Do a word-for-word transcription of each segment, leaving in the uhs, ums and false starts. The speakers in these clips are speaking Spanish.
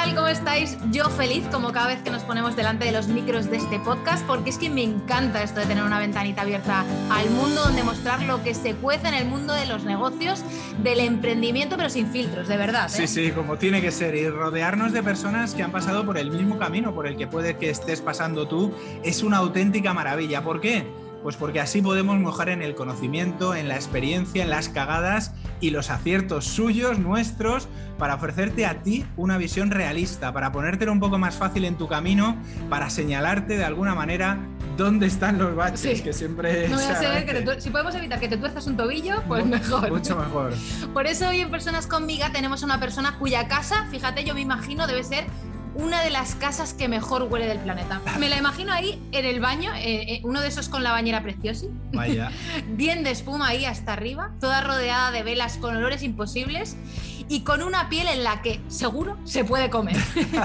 tal? ¿Cómo estáis? Yo feliz como cada vez que nos ponemos delante de los micros de este podcast, porque es que me encanta esto de tener una ventanita abierta al mundo donde mostrar lo que se cuece en el mundo de los negocios, del emprendimiento, pero sin filtros, de verdad, ¿eh? Sí, sí, como tiene que ser, y rodearnos de personas que han pasado por el mismo camino por el que puede que estés pasando tú es una auténtica maravilla. ¿Por qué? Pues porque así podemos mojar en el conocimiento, en la experiencia, en las cagadas y los aciertos suyos, nuestros, para ofrecerte a ti una visión realista, para ponértelo un poco más fácil en tu camino, para señalarte de alguna manera dónde están los baches, sí. que siempre... No voy a ser que te, si podemos evitar que te tuerzas un tobillo, pues mejor. Mucho mejor. Por eso hoy en Personas con Miga tenemos una persona cuya casa, fíjate, yo me imagino, debe ser una de las casas que mejor huele del planeta. Me la imagino ahí en el baño, eh, uno de esos con la bañera preciosa. Vaya. Bien de espuma ahí hasta arriba, toda rodeada de velas con olores imposibles y con una piel en la que seguro se puede comer.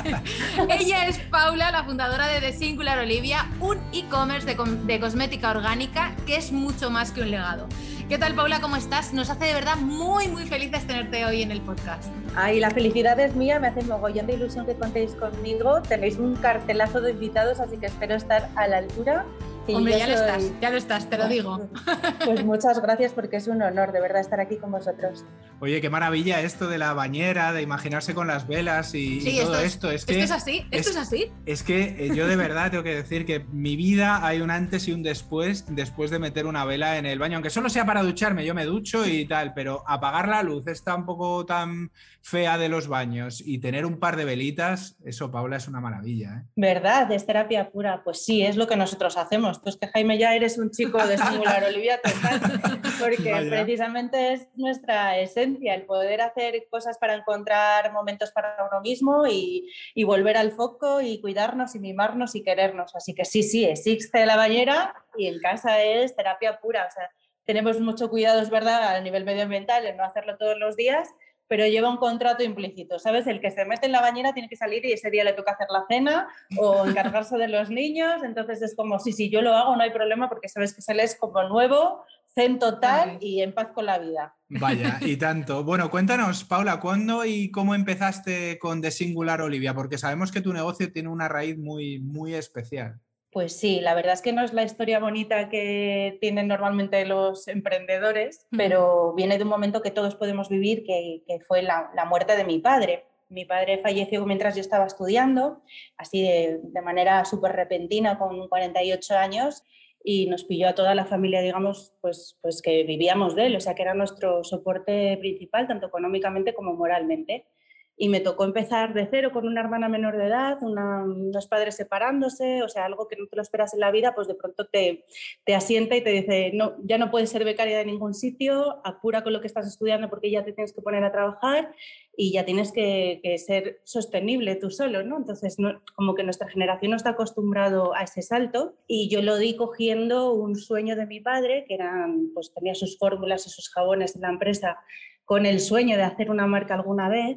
Ella es Paula, la fundadora de The Singular Olivia, un e-commerce de, de cosmética orgánica que es mucho más que un legado. ¿Qué tal, Paula? ¿Cómo estás? Nos hace de verdad muy, muy felices tenerte hoy en el podcast. Ay, la felicidad es mía, me hace mogollón de ilusión que contéis conmigo. Tenéis un cartelazo de invitados, así que espero estar a la altura. Y Hombre, ya soy... lo estás, ya lo estás, te lo digo. Pues muchas gracias porque es un honor, de verdad, estar aquí con vosotros. Oye, qué maravilla esto de la bañera, de imaginarse con las velas y, sí, y todo esto. Es, esto. Es que esto es así, esto es, es así. Es que eh, yo de verdad tengo que decir que mi vida hay un antes y un después, después de meter una vela en el baño, aunque solo sea para ducharme, yo me ducho y tal, pero apagar la luz esta un poco tan fea de los baños y tener un par de velitas, eso, Paula, es una maravilla, ¿eh? ¿Verdad? Es terapia pura. Pues sí, es lo que nosotros hacemos. Tú es que, Jaime, ya eres un chico de Singular Olivia total, porque Vaya. precisamente es nuestra esencia, el poder hacer cosas para encontrar momentos para uno mismo y, y volver al foco y cuidarnos y mimarnos y querernos. Así que sí, sí, existe la bañera y en casa es terapia pura. O sea, tenemos mucho cuidado, es verdad, a nivel medioambiental en no hacerlo todos los días, pero lleva un contrato implícito, ¿sabes? El que se mete en la bañera tiene que salir y ese día le toca hacer la cena o encargarse de los niños, entonces es como, sí, sí, yo lo hago, no hay problema, porque sabes que sales como nuevo, zen total y en paz con la vida. Vaya, y tanto. Bueno, cuéntanos, Paula, ¿cuándo y cómo empezaste con The Singular Olivia? Porque sabemos que tu negocio tiene una raíz muy, muy especial. Pues sí, la verdad es que no es la historia bonita que tienen normalmente los emprendedores, uh-huh. pero viene de un momento que todos podemos vivir, que, que fue la, la muerte de mi padre. Mi padre falleció mientras yo estaba estudiando, así de, de manera súper repentina, con cuarenta y ocho años, y nos pilló a toda la familia, digamos, pues, pues que vivíamos de él, o sea que era nuestro soporte principal, tanto económicamente como moralmente. Y me tocó empezar de cero con una hermana menor de edad, una, unos padres separándose, o sea, algo que no te lo esperas en la vida, pues de pronto te, te asienta y te dice, no, ya no puedes ser becaria de ningún sitio, apura con lo que estás estudiando porque ya te tienes que poner a trabajar y ya tienes que, que ser sostenible tú solo, ¿no? Entonces, no, como que nuestra generación no está acostumbrado a ese salto y yo lo di cogiendo un sueño de mi padre, que eran, pues tenía sus fórmulas y sus jabones en la empresa, con el sueño de hacer una marca alguna vez.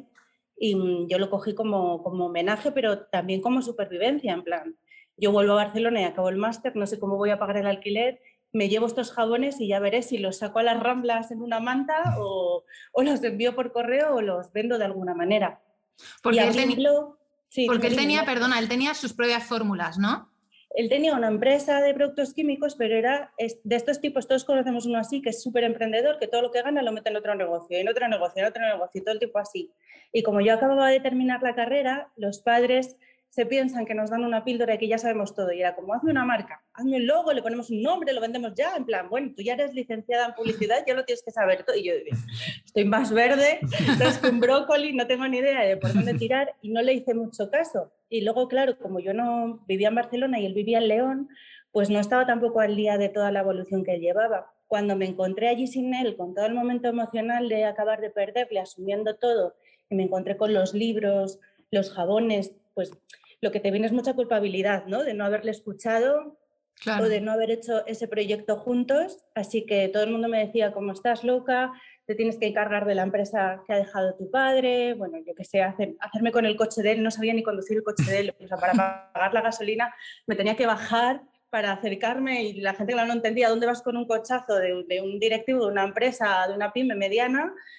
Y yo lo cogí como, como homenaje, pero también como supervivencia, en plan, yo vuelvo a Barcelona y acabo el máster, no sé cómo voy a pagar el alquiler, me llevo estos jabones y ya veré si los saco a las Ramblas en una manta o, o los envío por correo o los vendo de alguna manera. Porque él, teni- blog, sí, porque él tenía, perdona, él tenía sus propias fórmulas, ¿no? Él tenía una empresa de productos químicos, pero era de estos tipos, todos conocemos uno así, que es súper emprendedor, que todo lo que gana lo mete en otro negocio, en otro negocio, en otro negocio, todo el tiempo así. Y como yo acababa de terminar la carrera, los padres se piensan que nos dan una píldora y que ya sabemos todo. Y era como, hazme una marca, hazme un logo, le ponemos un nombre, lo vendemos ya. En plan, bueno, tú ya eres licenciada en publicidad, ya lo tienes que saber todo. Y yo estoy más verde, entonces que un brócoli, no tengo ni idea de por dónde tirar y no le hice mucho caso. Y luego, claro, como yo no vivía en Barcelona y él vivía en León, pues no estaba tampoco al día de toda la evolución que él llevaba. Cuando me encontré allí sin él, con todo el momento emocional de acabar de perderle, asumiendo todo, y me encontré con los libros, los jabones, pues lo que te viene es mucha culpabilidad, ¿no? De no haberle escuchado, claro, o de no haber hecho ese proyecto juntos. Así que todo el mundo me decía, como estás loca, te tienes que encargar de la empresa que ha dejado tu padre, bueno, yo qué sé, hacer, hacerme con el coche de él, no sabía ni conducir el coche de él, o sea, para pagar la gasolina me tenía que bajar para acercarme y la gente, claro, no entendía dónde vas con un cochazo de, de un directivo de una empresa, de una pyme mediana.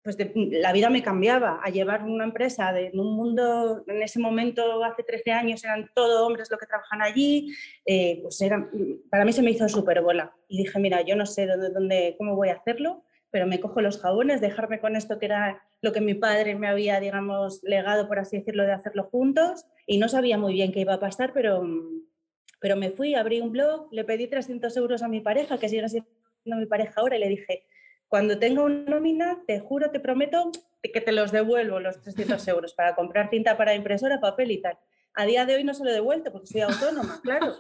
pues de, la vida me cambiaba, a llevar una empresa de, en un mundo, en ese momento, hace trece años, eran todo hombres los que trabajan allí, eh, pues era, para mí se me hizo súper bola. Y dije, mira, yo no sé dónde, dónde, cómo voy a hacerlo, pero me cojo los jabones, dejarme con esto que era lo que mi padre me había, digamos, legado, por así decirlo, de hacerlo juntos, y no sabía muy bien qué iba a pasar, pero, pero me fui, abrí un blog, le pedí trescientos euros a mi pareja, que sigue siendo mi pareja ahora, y le dije, cuando tenga una nómina, te juro, te prometo que te los devuelvo los trescientos euros para comprar tinta para impresora, papel y tal. A día de hoy no se lo he devuelto porque soy autónoma, claro.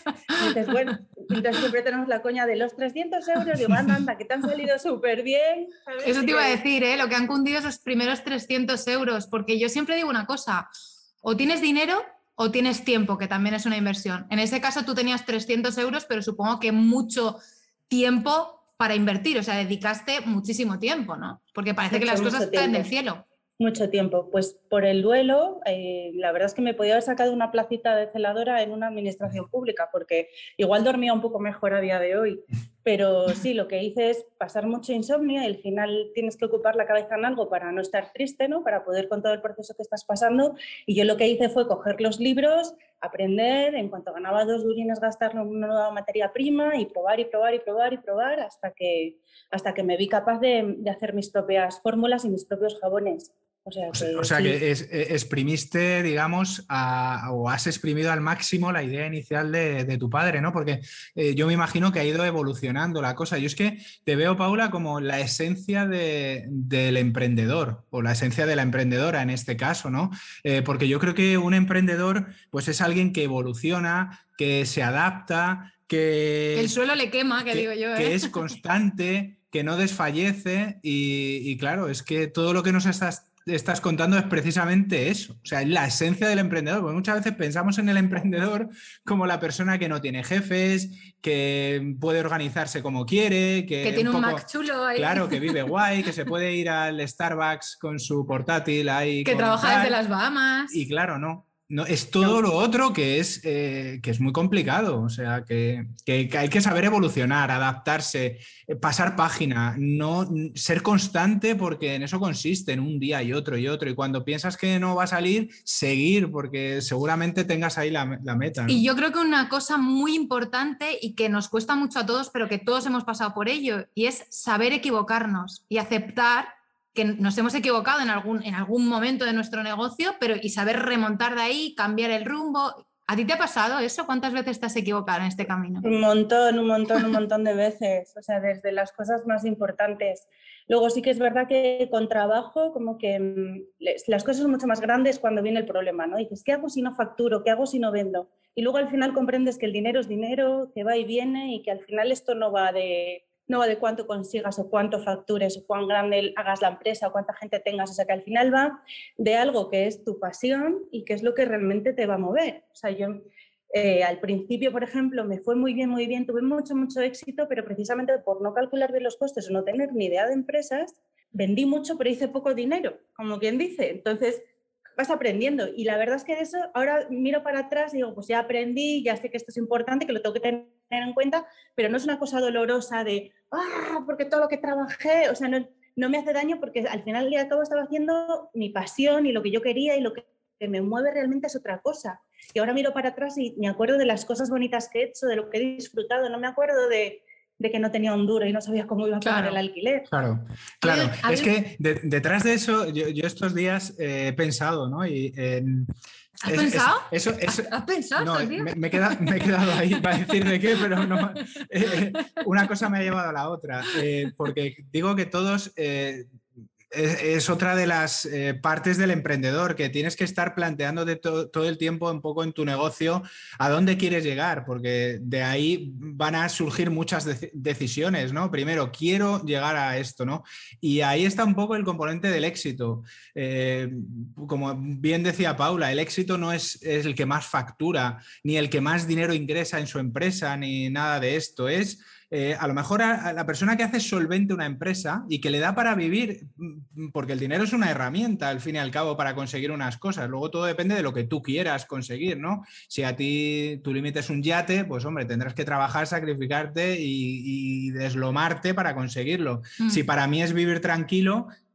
Y dices, bueno, entonces siempre tenemos la coña de los trescientos euros, digo, anda, anda, que te han salido súper bien. Eso te iba a decir, ¿eh? Lo que han cundido esos primeros trescientos euros, porque yo siempre digo una cosa, o tienes dinero o tienes tiempo, que también es una inversión. En ese caso tú tenías trescientos euros, pero supongo que mucho tiempo para invertir, o sea, dedicaste muchísimo tiempo, ¿no? Porque parece mucho, que las cosas caen del cielo. Mucho tiempo. Pues por el duelo, eh, la verdad es que me podía haber sacado una placita de celadora en una administración pública, porque igual dormía un poco mejor a día de hoy. Pero sí, lo que hice es pasar mucho insomnio y al final tienes que ocupar la cabeza en algo para no estar triste, ¿no? Para poder con todo el proceso que estás pasando. Y yo lo que hice fue coger los libros, aprender, en cuanto ganaba dos durines gastarlo en una nueva materia prima y probar y probar y probar y probar hasta que, hasta que me vi capaz de, de hacer mis propias fórmulas y mis propios jabones. O sea que, o sea sí. que es, exprimiste, digamos, a, o has exprimido al máximo la idea inicial de, de tu padre, ¿no? Porque eh, yo me imagino que ha ido evolucionando la cosa. Yo es que te veo, Paula, como la esencia de, del emprendedor o la esencia de la emprendedora en este caso, ¿no? Eh, porque yo creo que un emprendedor pues es alguien que evoluciona, que se adapta, que... que el suelo le quema, que, que digo yo, ¿eh? Que es constante, que no desfallece y, y claro, es que todo lo que nos estás estás contando es precisamente eso, o sea, es la esencia del emprendedor, porque muchas veces pensamos en el emprendedor como la persona que no tiene jefes, que puede organizarse como quiere, que, que tiene un, un poco, Mac chulo ahí. Claro, que vive guay, que se puede ir al Starbucks con su portátil ahí. Que trabaja tal, desde las Bahamas. Y claro, no. No, es todo no. lo otro que es, eh, que es muy complicado, o sea, que, que, que hay que saber evolucionar, adaptarse, eh, pasar página, no ser constante porque en eso consiste, en un día y otro y otro, y cuando piensas que no va a salir, seguir porque seguramente tengas ahí la, la meta, ¿no? Y yo creo que una cosa muy importante y que nos cuesta mucho a todos, pero que todos hemos pasado por ello, y es saber equivocarnos y aceptar que nos hemos equivocado en algún, en algún momento de nuestro negocio, pero y saber remontar de ahí, cambiar el rumbo. ¿A ti te ha pasado eso? ¿Cuántas veces te has equivocado en este camino? Un montón, un montón, un montón de veces. O sea, desde las cosas más importantes. Luego sí que es verdad que con trabajo como que las cosas son mucho más grandes cuando viene el problema, ¿no? Y dices, ¿qué hago si no facturo? ¿Qué hago si no vendo? Y luego al final comprendes que el dinero es dinero, que va y viene y que al final esto no va de... no va de cuánto consigas o cuánto factures o cuán grande hagas la empresa o cuánta gente tengas, o sea que al final va de algo que es tu pasión y que es lo que realmente te va a mover. O sea, yo eh, al principio, por ejemplo, me fue muy bien, muy bien, tuve mucho, mucho éxito, pero precisamente por no calcular bien los costes o no tener ni idea de empresas, vendí mucho pero hice poco dinero, como quien dice. Entonces vas aprendiendo y la verdad es que de eso ahora miro para atrás y digo, pues ya aprendí, ya sé que esto es importante, que lo tengo que tener en cuenta, pero no es una cosa dolorosa de, ah, porque todo lo que trabajé, o sea, no, no me hace daño porque al final y al cabo estaba haciendo mi pasión y lo que yo quería y lo que me mueve realmente es otra cosa. Y ahora miro para atrás y me acuerdo de las cosas bonitas que he hecho, de lo que he disfrutado, no me acuerdo de... de que no tenía un duro y no sabía cómo iba a pagar claro, el alquiler. Claro, claro. Es que de, detrás de eso, yo, yo estos días eh, he pensado, ¿no? Y, eh, ¿Has es, pensado? Es, eso, eso, ¿Has pensado? No, me, me, he quedado, me he quedado ahí para decir de qué, pero no. Eh, una cosa me ha llevado a la otra, eh, porque digo que todos... Eh, Es, es otra de las eh, partes del emprendedor, que tienes que estar planteándote to, todo el tiempo un poco en tu negocio a dónde quieres llegar, porque de ahí van a surgir muchas de decisiones, ¿no? Primero, quiero llegar a esto, ¿no? Y ahí está un poco el componente del éxito. Eh, como bien decía Paula, el éxito no es, es el que más factura, ni el que más dinero ingresa en su empresa, ni nada de esto. Es... Eh, a lo mejor a, a la persona que hace solvente una empresa y que le da para vivir, porque el dinero es una herramienta al fin y al cabo para conseguir unas cosas, luego todo depende de lo que tú quieras conseguir, ¿no? Si a ti tu límite es un yate, pues hombre, tendrás que trabajar, sacrificarte y, y deslomarte para conseguirlo. Mm. Si para mí es vivir tranquilo,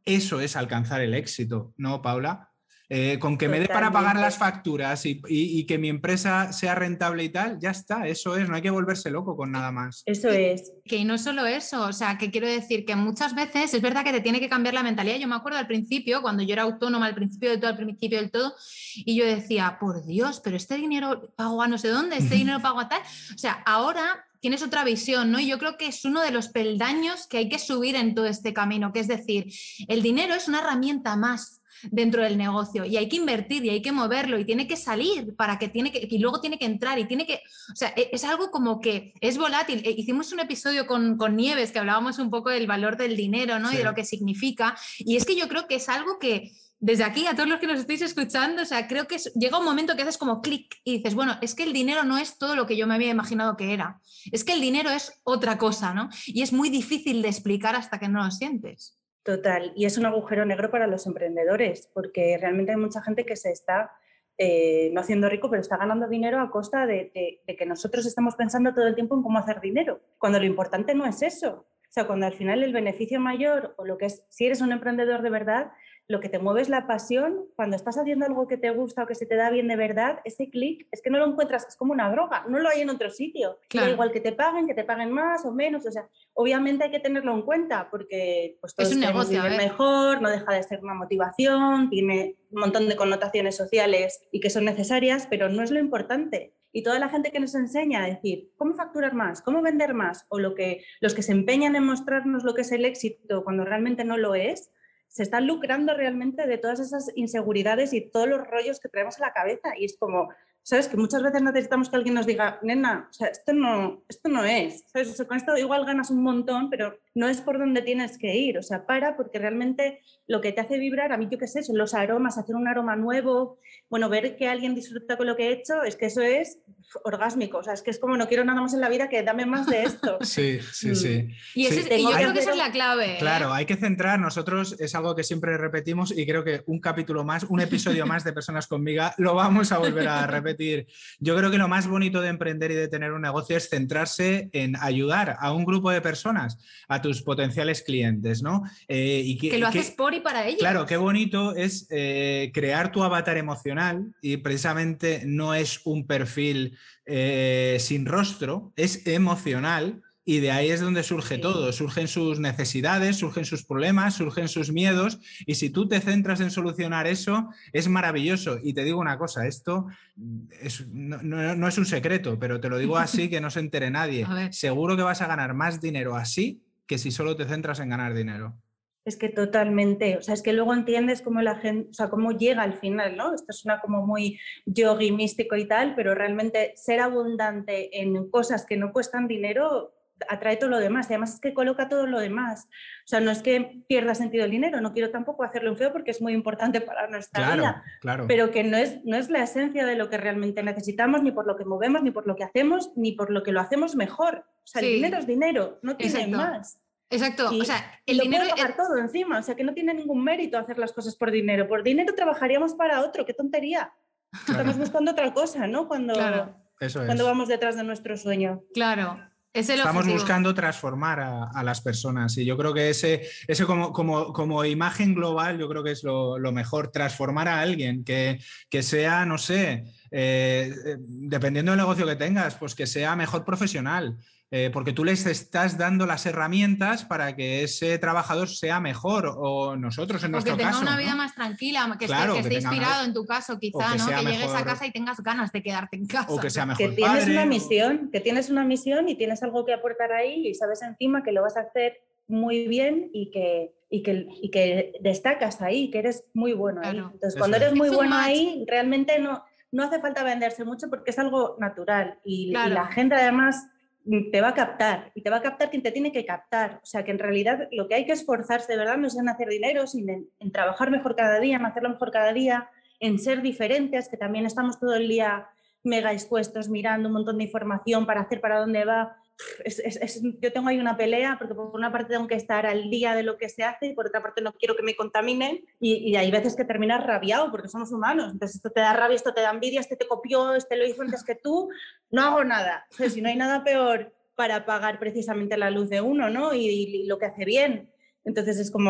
eso es alcanzar el éxito, ¿no, Paula? Eh, con que me dé para pagar las facturas y, y, y que mi empresa sea rentable y tal, ya está, eso es, no hay que volverse loco con nada más. Eso es. Que no solo eso, o sea, que quiero decir que muchas veces es verdad que te tiene que cambiar la mentalidad. Yo me acuerdo al principio, cuando yo era autónoma, al principio de todo, al principio del todo, y yo decía, por Dios, pero este dinero pago a no sé dónde, este dinero pago a tal. O sea, ahora tienes otra visión, ¿no? Y yo creo que es uno de los peldaños que hay que subir en todo este camino, que es decir, el dinero es una herramienta más dentro del negocio y hay que invertir y hay que moverlo y tiene que salir para que tiene que y luego tiene que entrar y tiene que, o sea, es algo como que es volátil. Hicimos un episodio con, con Nieves que hablábamos un poco del valor del dinero, ¿no? Sí. Y de lo que significa, y es que yo creo que es algo que desde aquí a todos los que nos estáis escuchando, o sea, creo que es, llega un momento que haces como clic y dices, bueno, es que el dinero no es todo lo que yo me había imaginado que era, es que el dinero es otra cosa, ¿no? Y es muy difícil de explicar hasta que no lo sientes. Total, y es un agujero negro para los emprendedores, porque realmente hay mucha gente que se está eh, no haciendo rico, pero está ganando dinero a costa de, de, de que nosotros estamos pensando todo el tiempo en cómo hacer dinero, cuando lo importante no es eso. O sea, cuando al final el beneficio mayor, o lo que es, si eres un emprendedor de verdad, lo que te mueve es la pasión. Cuando estás haciendo algo que te gusta o que se te da bien de verdad, ese clic es que no lo encuentras, es como una droga, no lo hay en otro sitio. Claro. Da igual que te paguen, que te paguen más o menos, o sea, obviamente hay que tenerlo en cuenta porque pues, todos es un negocio, vivir mejor, no deja de ser una motivación, tiene un montón de connotaciones sociales y que son necesarias, pero no es lo importante. Y toda la gente que nos enseña a decir cómo facturar más, cómo vender más, o lo que, los que se empeñan en mostrarnos lo que es el éxito cuando realmente no lo es, se están lucrando realmente de todas esas inseguridades y todos los rollos que traemos en la cabeza. Y es como, ¿sabes? Que muchas veces necesitamos que alguien nos diga, nena, o sea, esto no, esto no es. ¿Sabes? O sea, con esto igual ganas un montón, pero no es por donde tienes que ir. O sea, para, porque realmente lo que te hace vibrar, a mí yo qué sé, son los aromas, hacer un aroma nuevo, bueno, ver que alguien disfruta con lo que he hecho, es que eso es orgásmico. O sea, es que es como no quiero nada más en la vida que dame más de esto. Sí, sí, sí. Y, ese, sí. y yo creo que esa es la clave. ¿eh? Claro, hay que centrar, nosotros es algo que siempre repetimos y creo que un capítulo más, un episodio más de Personas con Miga lo vamos a volver a repetir. Yo creo que lo más bonito de emprender y de tener un negocio es centrarse en ayudar a un grupo de personas, a tus potenciales clientes, ¿no? Eh, y que, que lo haces que, por y para ellos. Claro, qué bonito es eh, crear tu avatar emocional y precisamente no es un perfil eh, sin rostro, es emocional. Y de ahí es donde surge sí. todo, surgen sus necesidades, surgen sus problemas, surgen sus miedos y si tú te centras en solucionar eso, es maravilloso. Y te digo una cosa, esto es, no, no, no es un secreto, pero te lo digo así que no se entere nadie. Seguro que vas a ganar más dinero así que si solo te centras en ganar dinero. Es que totalmente, o sea, es que luego entiendes cómo la gente, o sea, cómo llega al final, ¿no? Esto suena como muy yogi, místico y tal, pero realmente ser abundante en cosas que no cuestan dinero atrae todo lo demás y además es que coloca todo lo demás. O sea, no es que pierda sentido el dinero, no quiero tampoco hacerlo en feo porque es muy importante para nuestra claro, vida, claro. pero que no es, no es la esencia de lo que realmente necesitamos, ni por lo que movemos, ni por lo que hacemos, ni por lo que lo hacemos mejor. O sea, sí. El dinero es dinero, no tiene Exacto. más. Exacto, y, o sea, el lo dinero puede pagar es... todo encima, o sea, que no tiene ningún mérito hacer las cosas por dinero. Por dinero trabajaríamos para otro, qué tontería. Claro. Estamos buscando otra cosa, ¿no? Cuando, claro. Eso es. cuando vamos detrás de nuestro sueño. Claro. Es el Estamos objetivo. buscando transformar a, a las personas y yo creo que ese, ese como, como, como imagen global yo creo que es lo, lo mejor, transformar a alguien que, que sea, no sé, eh, dependiendo del negocio que tengas, pues que sea mejor profesional. Eh, porque tú les estás dando las herramientas para que ese trabajador sea mejor o nosotros en o nuestro que tenga caso, una ¿no? vida más tranquila, que claro, esté, que que esté inspirado una... en tu caso quizá, que ¿no? Que mejor... llegues a casa y tengas ganas de quedarte en casa. O que sea mejor que tienes padre, una o... misión, que tienes una misión y tienes algo que aportar ahí y sabes encima que lo vas a hacer muy bien y que, y que, y que destacas ahí, que eres muy bueno ahí. Claro. Entonces, Eso cuando es. eres muy It's bueno so ahí, realmente no, no hace falta venderse mucho porque es algo natural y, claro. y la gente además te va a captar y te va a captar quien te tiene que captar. O sea, que en realidad lo que hay que esforzarse de verdad no es en hacer dinero, sino en, en trabajar mejor cada día, en hacerlo mejor cada día, en ser diferentes, que también estamos todo el día mega expuestos mirando un montón de información para hacer para dónde va. Es, es, es, yo tengo ahí una pelea porque por una parte tengo que estar al día de lo que se hace y por otra parte no quiero que me contaminen y, y hay veces que terminas rabiado porque somos humanos, entonces esto te da rabia, esto te da envidia, este te copió, este lo hizo antes que tú, no hago nada. O sea, si no hay nada peor para pagar precisamente la luz de uno, ¿no? Y, y lo que hace bien. Entonces es como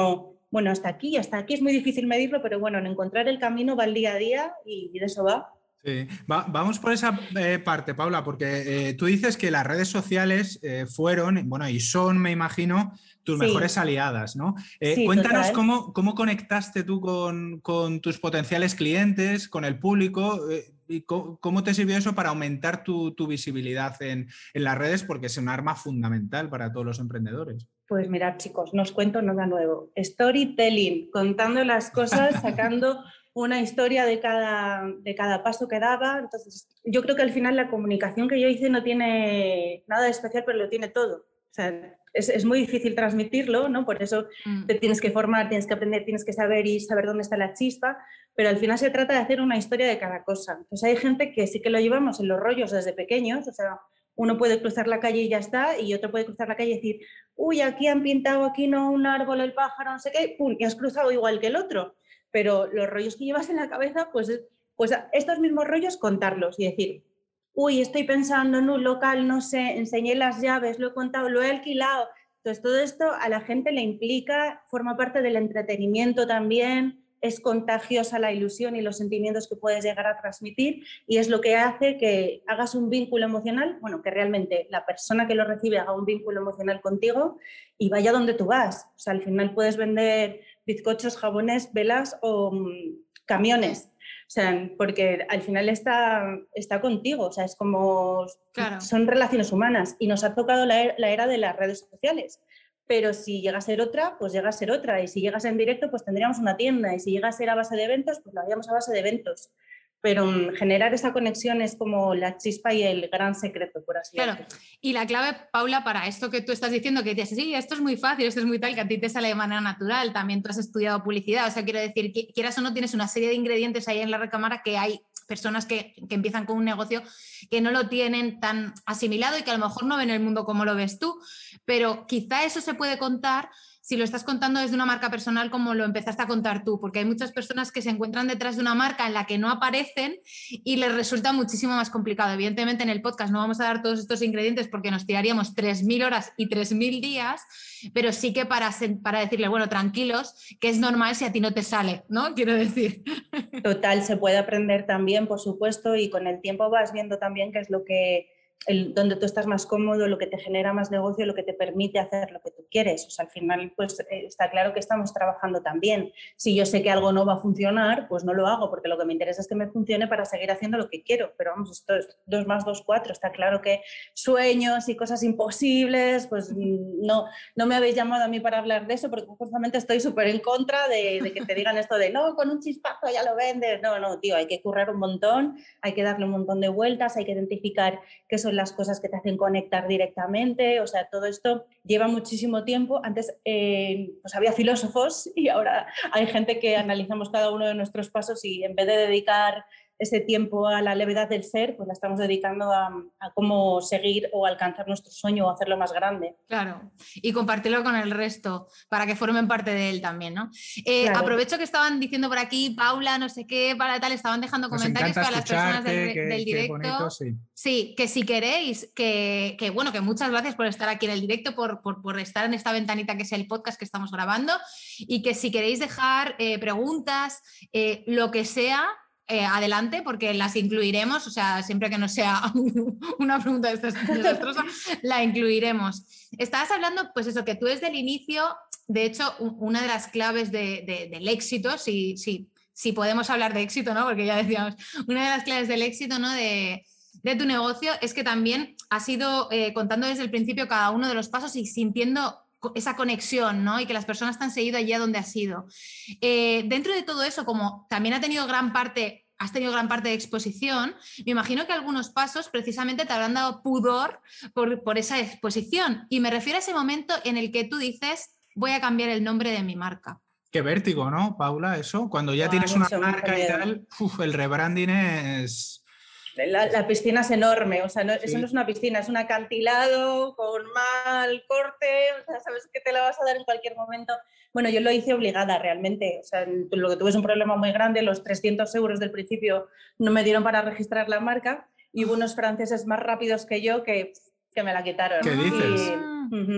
bueno, hasta aquí, hasta aquí es muy difícil medirlo, pero bueno, en encontrar el camino va el día a día y, y de eso va. Sí. Va, vamos por esa eh, parte, Paula, porque eh, tú dices que las redes sociales eh, fueron, bueno, y son, me imagino, tus sí. mejores aliadas, ¿no? Eh, sí, cuéntanos cómo, cómo conectaste tú con, con tus potenciales clientes, con el público, eh, y cómo, cómo te sirvió eso para aumentar tu, tu visibilidad en, en las redes, porque es un arma fundamental para todos los emprendedores. Pues mirad, chicos, no os cuento nada nuevo. Storytelling, contando las cosas, sacando una historia de cada, de cada paso que daba. Entonces, yo creo que al final la comunicación que yo hice no tiene nada de especial, pero lo tiene todo. O sea, es, es muy difícil transmitirlo, ¿no? Por eso mm. te tienes que formar, tienes que aprender, tienes que saber y saber dónde está la chispa, pero al final se trata de hacer una historia de cada cosa. Entonces, hay gente que sí que lo llevamos en los rollos desde pequeños, o sea, uno puede cruzar la calle y ya está, y otro puede cruzar la calle y decir, uy, aquí han pintado, aquí no, un árbol, el pájaro, no sé qué, pum, y has cruzado igual que el otro. Pero los rollos que llevas en la cabeza, pues, pues estos mismos rollos contarlos y decir, uy, estoy pensando en un local, no sé, enseñé las llaves, lo he contado, lo he alquilado. Entonces todo esto a la gente le implica, forma parte del entretenimiento también, es contagiosa la ilusión y los sentimientos que puedes llegar a transmitir y es lo que hace que hagas un vínculo emocional, bueno, que realmente la persona que lo recibe haga un vínculo emocional contigo y vaya donde tú vas. O sea, al final puedes vender bizcochos, jabones, velas o um, camiones. O sea, porque al final está, está contigo, o sea, es como... Claro. Son relaciones humanas y nos ha tocado la era, la era de las redes sociales. Pero si llega a ser otra, pues llega a ser otra. Y si llegas en directo, pues tendríamos una tienda. Y si llega a ser a base de eventos, pues lo haríamos a base de eventos. Pero um, generar esa conexión es como la chispa y el gran secreto, por así decirlo. Claro, y la clave, Paula, para esto que tú estás diciendo, que dices, sí, esto es muy fácil, esto es muy tal, que a ti te sale de manera natural, también tú has estudiado publicidad, o sea, quiero decir, que quieras o no, tienes una serie de ingredientes ahí en la recámara que hay personas que, que empiezan con un negocio que no lo tienen tan asimilado y que a lo mejor no ven el mundo como lo ves tú, pero quizá eso se puede contar si lo estás contando desde una marca personal como lo empezaste a contar tú, porque hay muchas personas que se encuentran detrás de una marca en la que no aparecen y les resulta muchísimo más complicado. Evidentemente en el podcast no vamos a dar todos estos ingredientes porque nos tiraríamos tres mil horas y tres mil días, pero sí que para, para decirle, bueno, tranquilos, que es normal si a ti no te sale, ¿no? Quiero decir. Total, se puede aprender también, por supuesto, y con el tiempo vas viendo también qué es lo que... El, donde tú estás más cómodo, lo que te genera más negocio, lo que te permite hacer lo que tú quieres. O sea, al final, pues eh, está claro que estamos trabajando también. Si yo sé que algo no va a funcionar, pues no lo hago, porque lo que me interesa es que me funcione para seguir haciendo lo que quiero. Pero vamos, esto es dos más dos, cuatro. Está claro que sueños y cosas imposibles, pues no, no me habéis llamado a mí para hablar de eso, porque justamente estoy súper en contra de, de que te digan esto de, no, con un chispazo ya lo vendes. No, no, tío, hay que currar un montón, hay que darle un montón de vueltas, hay que identificar qué son las cosas que te hacen conectar directamente, o sea, todo esto lleva muchísimo tiempo. Antes eh, pues había filósofos y ahora hay gente que analizamos cada uno de nuestros pasos y en vez de dedicar ese tiempo a la levedad del ser, pues la estamos dedicando a, a cómo seguir o alcanzar nuestro sueño o hacerlo más grande. Claro, y compartirlo con el resto para que formen parte de él también, ¿no? Eh, claro. Aprovecho que estaban diciendo por aquí, Paula, no sé qué, para tal, estaban dejando Nos comentarios para las personas del, que, del directo. Bonito, sí. sí, que si queréis, que, que bueno, que muchas gracias por estar aquí en el directo, por, por, por estar en esta ventanita que es el podcast que estamos grabando, y que si queréis dejar eh, preguntas, eh, lo que sea, Eh, adelante, porque las incluiremos, o sea, siempre que no sea una pregunta desastrosa, la incluiremos. Estabas hablando, pues eso, que tú desde el inicio, de hecho, una de las claves de, de, del éxito, si, si, si podemos hablar de éxito, ¿no? Porque ya decíamos, una de las claves del éxito, ¿no? De, de tu negocio es que también has ido eh, contando desde el principio cada uno de los pasos y sintiendo esa conexión, ¿no? Y que las personas te han seguido allí a donde has ido. Eh, dentro de todo eso, como también ha tenido gran parte, has tenido gran parte de exposición, me imagino que algunos pasos precisamente te habrán dado pudor por, por esa exposición. Y me refiero a ese momento en el que tú dices, voy a cambiar el nombre de mi marca. Qué vértigo, ¿no, Paula? Eso, cuando ya wow, tienes una marca y tal, uf, el rebranding es... La, la piscina es enorme, o sea, no, sí. Eso no es una piscina, es un acantilado con mal corte, o sea, sabes que te la vas a dar en cualquier momento. Bueno, yo lo hice obligada realmente, o sea, lo que tuve es un problema muy grande, los trescientos euros del principio no me dieron para registrar la marca y hubo unos franceses más rápidos que yo que, que me la quitaron. ¿Qué dices? Y, uh-huh.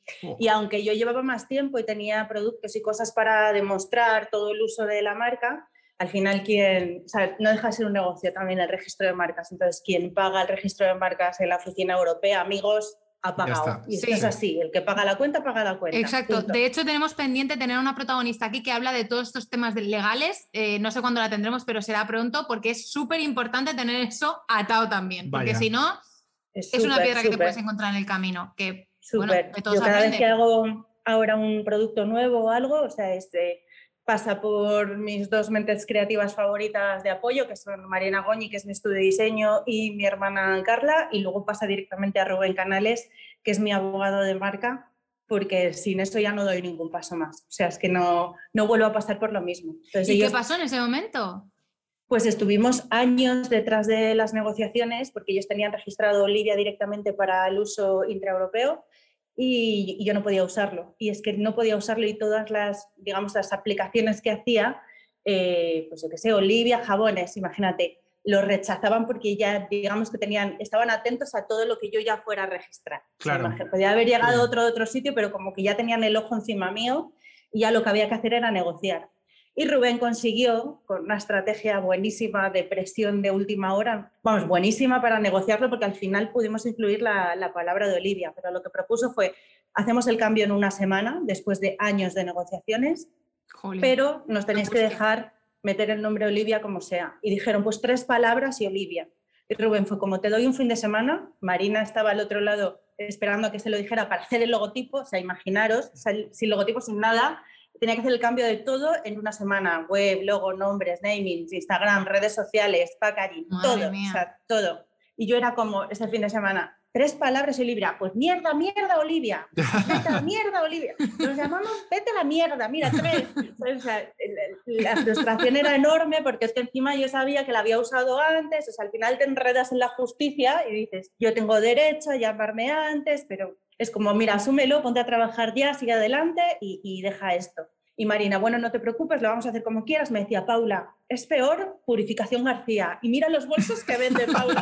Oh. Y aunque yo llevaba más tiempo y tenía productos y cosas para demostrar todo el uso de la marca, al final quien, o sea, no deja de ser un negocio también el registro de marcas. Entonces, quien paga el registro de marcas en la oficina europea, amigos, ha pagado. Y esto sí. es así, el que paga la cuenta, paga la cuenta. Exacto. Punto. De hecho, tenemos pendiente tener una protagonista aquí que habla de todos estos temas legales. Eh, no sé cuándo la tendremos, pero será pronto, porque es súper importante tener eso atado también. Porque Vaya. si no, es, es super, una piedra super. que te puedes encontrar en el camino. Que, bueno, de todos Yo cada aprende. vez que hago ahora un producto nuevo o algo, o sea, este... pasa por mis dos mentes creativas favoritas de apoyo, que son Mariana Goñi, que es mi estudio de diseño, y mi hermana Carla, y luego pasa directamente a Rubén Canales, que es mi abogado de marca, porque sin eso ya no doy ningún paso más. O sea, es que no, no vuelvo a pasar por lo mismo. Entonces, ¿Y ellos, qué pasó en ese momento? Pues estuvimos años detrás de las negociaciones, porque ellos tenían registrado Olivia directamente para el uso intraeuropeo, Y, y yo no podía usarlo. Y es que no podía usarlo y todas las, digamos, las aplicaciones que hacía, eh, pues yo qué sé, Olivia, jabones, imagínate, los rechazaban porque ya, digamos que tenían, estaban atentos a todo lo que yo ya fuera a registrar. Claro. O sea, podía haber llegado otro otro sitio, pero como que ya tenían el ojo encima mío y ya lo que había que hacer era negociar. Y Rubén consiguió, con una estrategia buenísima de presión de última hora, vamos, buenísima para negociarlo, porque al final pudimos incluir la, la palabra de Olivia, pero lo que propuso fue, hacemos el cambio en una semana, después de años de negociaciones, Jolín, pero nos tenéis que dejar meter el nombre Olivia como sea. Y dijeron, pues tres palabras y Olivia. Y Rubén fue, como te doy un fin de semana, Marina estaba al otro lado esperando a que se lo dijera para hacer el logotipo, o sea, imaginaros, sin logotipo, sin nada. Tenía que hacer el cambio de todo en una semana. Web, logo, nombres, namings, Instagram, redes sociales, packaging, todo, o sea, todo. Y yo era como, ese fin de semana, tres palabras Olivia. Pues mierda, mierda, Olivia. Vete a la mierda, Olivia. Nos llamamos vete a la mierda, mira, tres. O sea, la frustración era enorme porque es que encima yo sabía que la había usado antes. O sea, al final te enredas en la justicia y dices, yo tengo derecho a llamarme antes, pero... Es como, mira, asúmelo, ponte a trabajar ya, sigue adelante y, y deja esto. Y Marina, bueno, no te preocupes, lo vamos a hacer como quieras. Me decía, Paula, es peor Purificación García. Y mira los bolsos que vende Paula.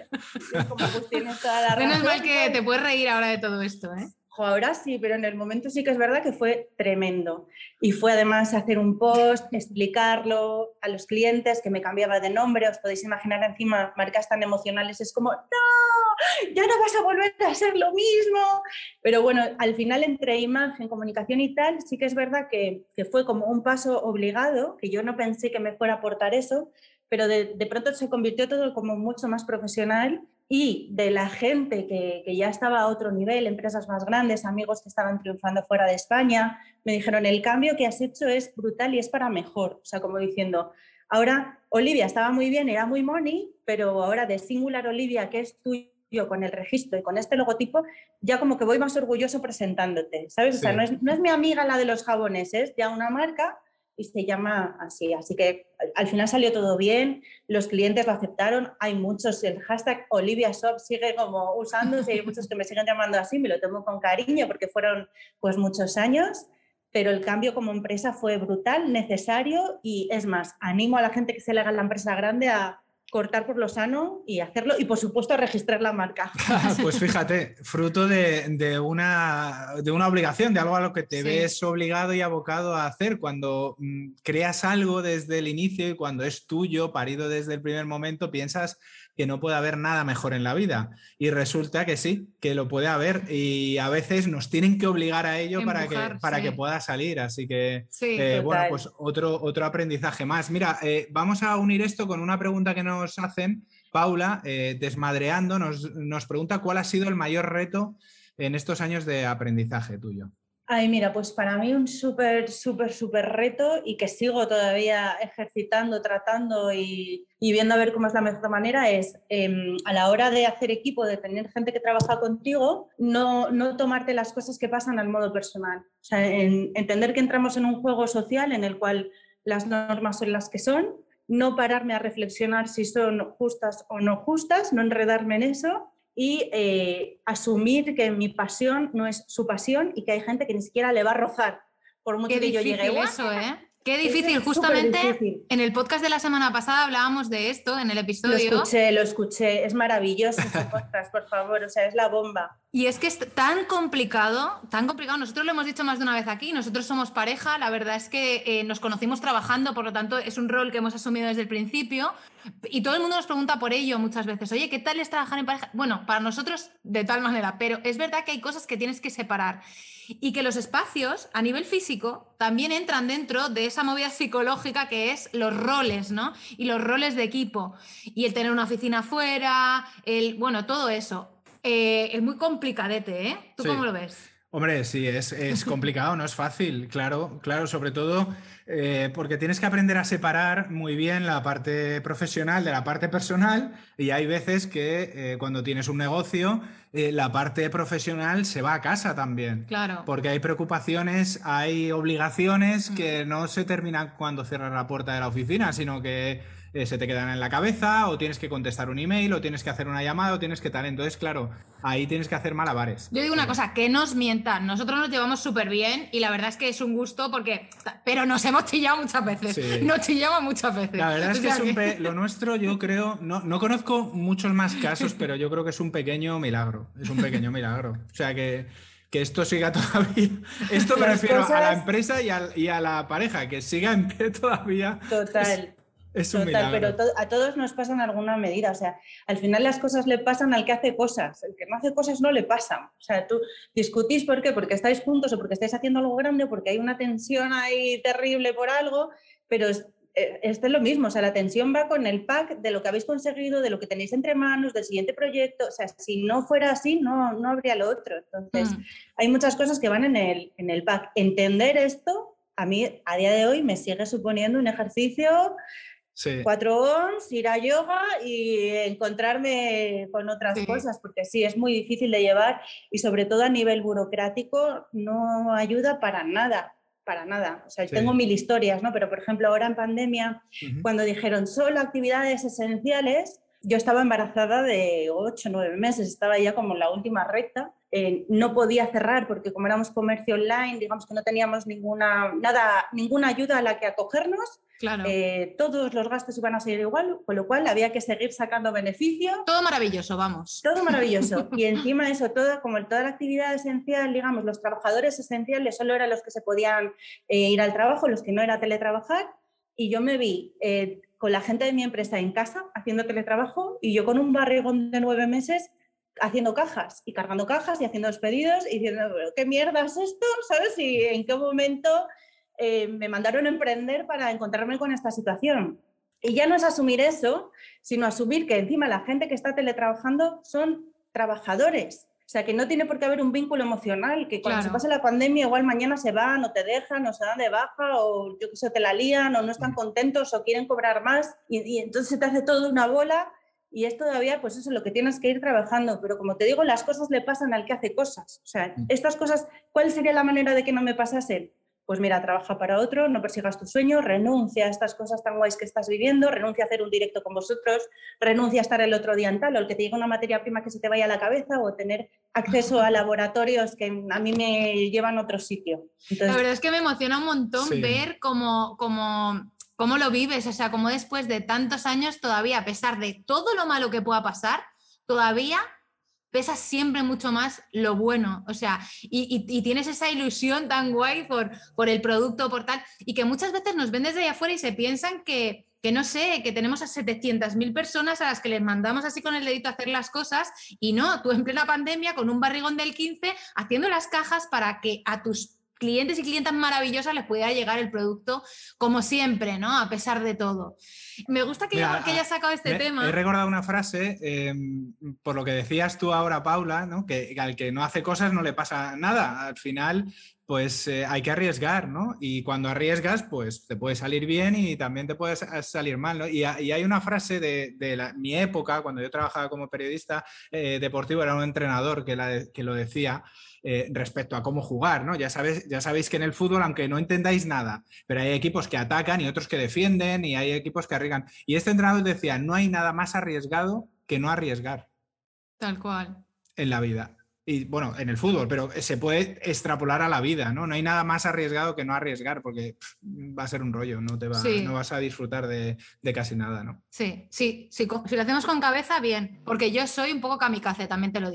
Y es como, pues tienes toda la razón. Menos mal que te puedes reír ahora de todo esto, ¿eh? Ahora sí, pero en el momento sí que es verdad que fue tremendo. Y fue además hacer un post, explicarlo a los clientes, que me cambiaba de nombre. Os podéis imaginar encima marcas tan emocionales. Es como, ¡no! Ya no vas a volver a ser lo mismo. Pero bueno, al final entre imagen, comunicación y tal, sí que es verdad que, que fue como un paso obligado, que yo no pensé que me fuera a aportar eso, pero de, de pronto se convirtió todo como mucho más profesional. Y de la gente que, que ya estaba a otro nivel, empresas más grandes, amigos que estaban triunfando fuera de España, me dijeron, el cambio que has hecho es brutal y es para mejor. O sea, como diciendo, ahora Olivia estaba muy bien, era muy money, pero ahora de Singular Olivia, que es tuyo con el registro y con este logotipo, ya como que voy más orgulloso presentándote, ¿sabes? Sí. O sea, no es, no es mi amiga la de los jabones, es ya una marca y se llama así. Así que al final salió todo bien, los clientes lo aceptaron, hay muchos, el hashtag OliviaShop sigue como usándose, hay muchos que me siguen llamando así, me lo tomo con cariño porque fueron pues muchos años, pero el cambio como empresa fue brutal, necesario y es más, animo a la gente que se le haga en la empresa grande a cortar por lo sano y hacerlo y por supuesto registrar la marca. Pues fíjate, fruto de, de, una, de una obligación, de algo a lo que te sí. ves obligado y abocado a hacer cuando mm, creas algo desde el inicio y cuando es tuyo, parido desde el primer momento, piensas que no puede haber nada mejor en la vida y resulta que sí, que lo puede haber y a veces nos tienen que obligar a ello Empujar, para, que, para sí. que pueda salir, así que sí, eh, bueno, pues otro, otro aprendizaje más. Mira, eh, vamos a unir esto con una pregunta que nos hacen. Paula, eh, desmadreando, nos, nos pregunta cuál ha sido el mayor reto en estos años de aprendizaje tuyo. Ay, mira, pues para mí un súper, súper, súper reto y que sigo todavía ejercitando, tratando y, y viendo a ver cómo es la mejor manera es eh, a la hora de hacer equipo, de tener gente que trabaja contigo, no, no tomarte las cosas que pasan al modo personal. O sea, en, entender que entramos en un juego social en el cual las normas son las que son, no pararme a reflexionar si son justas o no justas, no enredarme en eso. Y eh, asumir que mi pasión no es su pasión y que hay gente que ni siquiera le va a rozar por mucho Qué que yo llegue. Difícil eso, ¿eh? Qué difícil. Justamente difícil. En el podcast de la semana pasada hablábamos de esto, en el episodio. Lo escuché, lo escuché. Es maravilloso ese podcast, por favor. O sea, es la bomba. Y es que es tan complicado, tan complicado, nosotros lo hemos dicho más de una vez aquí, nosotros somos pareja, la verdad es que eh, nos conocimos trabajando, por lo tanto es un rol que hemos asumido desde el principio y todo el mundo nos pregunta por ello muchas veces, oye, ¿qué tal es trabajar en pareja? Bueno, para nosotros de tal manera, pero es verdad que hay cosas que tienes que separar y que los espacios a nivel físico también entran dentro de esa movida psicológica que es los roles, ¿no? Y los roles de equipo y el tener una oficina afuera, el, bueno, todo eso. Eh, es muy complicadete, ¿eh? ¿Tú sí. cómo lo ves? Hombre, sí, es, es complicado, no es fácil, claro, claro, sobre todo eh, porque tienes que aprender a separar muy bien la parte profesional de la parte personal y hay veces que eh, cuando tienes un negocio eh, la parte profesional se va a casa también. Claro. Porque hay preocupaciones, hay obligaciones mm. que no se terminan cuando cierras la puerta de la oficina, sino que Eh, se te quedan en la cabeza o tienes que contestar un email o tienes que hacer una llamada o tienes que tal. Entonces, claro, ahí tienes que hacer malabares. Yo digo una cosa, que nos mientan. Nosotros nos llevamos súper bien y la verdad es que es un gusto porque... Pero nos hemos chillado muchas veces. Sí. Nos chillamos muchas veces. La verdad es que, o sea es un pe... lo nuestro, yo creo... No, no conozco muchos más casos, pero yo creo que es un pequeño milagro. Es un pequeño milagro. O sea que... que esto siga todavía. Esto me refiero cosas... a la empresa y a, y a la pareja, que siga en pie todavía. Total. Es... Es un Total, milagro. pero to- a todos nos pasa en alguna medida, o sea, al final las cosas le pasan al que hace cosas, el que no hace cosas no le pasan, o sea, tú discutís ¿por qué? Porque estáis juntos o porque estáis haciendo algo grande, porque hay una tensión ahí terrible por algo, pero es, este es lo mismo, o sea, la tensión va con el pack de lo que habéis conseguido, de lo que tenéis entre manos, del siguiente proyecto, o sea, si no fuera así, no, no habría lo otro, entonces mm. hay muchas cosas que van en el, en el pack. Entender esto, a mí a día de hoy me sigue suponiendo un ejercicio... Sí. Cuatro ons, ir a yoga y encontrarme con otras sí. cosas, porque sí, es muy difícil de llevar y sobre todo a nivel burocrático no ayuda para nada, para nada. O sea, sí. tengo mil historias, ¿no? Pero, por ejemplo, ahora en pandemia, uh-huh. cuando dijeron solo actividades esenciales, yo estaba embarazada de ocho o nueve meses, estaba ya como en la última recta. Eh, no podía cerrar porque como éramos comercio online, digamos que no teníamos ninguna, nada, ninguna ayuda a la que acogernos. Claro. Eh, todos los gastos iban a seguir igual, con lo cual había que seguir sacando beneficio. Todo maravilloso, vamos. Todo maravilloso. Y encima eso, todo, como toda la actividad esencial, digamos, los trabajadores esenciales solo eran los que se podían eh, ir al trabajo, los que no era teletrabajar. Y yo me vi eh, con la gente de mi empresa en casa haciendo teletrabajo y yo con un barrigón de nueve meses haciendo cajas y cargando cajas y haciendo los pedidos y diciendo, ¿qué mierda es esto? ¿Sabes? Y en qué momento eh, me mandaron a emprender para encontrarme con esta situación. Y ya no es asumir eso, sino asumir que encima la gente que está teletrabajando son trabajadores. O sea, que no tiene por qué haber un vínculo emocional, que cuando claro. se pase la pandemia igual mañana se van o te dejan o se dan de baja o yo que sé, te la lían o no están contentos o quieren cobrar más y, y entonces se te hace todo una bola y es todavía, pues eso, lo que tienes que ir trabajando. Pero como te digo, las cosas le pasan al que hace cosas. O sea, estas cosas, ¿cuál sería la manera de que no me pasasen? Pues mira, trabaja para otro, no persigas tu sueño, renuncia a estas cosas tan guays que estás viviendo, renuncia a hacer un directo con vosotros, renuncia a estar el otro día en tal, o el que te llegue una materia prima que se te vaya a la cabeza, o tener acceso a laboratorios que a mí me llevan a otro sitio. Entonces, la verdad es que me emociona un montón sí. ver cómo, cómo, cómo lo vives, o sea, cómo después de tantos años todavía, a pesar de todo lo malo que pueda pasar, todavía pesa siempre mucho más lo bueno, o sea, y, y, y tienes esa ilusión tan guay por, por el producto, por tal, y que muchas veces nos ven desde allá afuera y se piensan que, que no sé, que tenemos a setecientas mil personas a las que les mandamos así con el dedito a hacer las cosas, y no, tú en plena pandemia con un barrigón del quince haciendo las cajas para que a tus clientes y clientas maravillosas les pudiera llegar el producto como siempre, ¿no? A pesar de todo. Me gusta que, Mira, que hayas sacado este me, tema. He recordado una frase, eh, por lo que decías tú ahora, Paula, ¿no? Que al que no hace cosas no le pasa nada. Al final, pues eh, hay que arriesgar, ¿no? Y cuando arriesgas, pues te puede salir bien y también te puede salir mal, ¿no? Y, y hay una frase de, de la, mi época, cuando yo trabajaba como periodista eh, deportivo, era un entrenador que, la, que lo decía, Eh, respecto a cómo jugar, ¿no? Ya sabéis, ya sabéis que en el fútbol, aunque no entendáis nada, pero hay equipos que atacan y otros que defienden y hay equipos que arriesgan. Y este entrenador decía, no hay nada más arriesgado que no arriesgar. Tal cual. En la vida. Y bueno, en el fútbol, pero se puede extrapolar a la vida, ¿no? No hay nada más arriesgado que no arriesgar, porque pff, va a ser un rollo, no, te va, sí. no vas a disfrutar de, de casi nada, ¿no? Sí, sí, sí, si lo hacemos con cabeza, bien, porque yo soy un poco kamikaze, también te lo digo.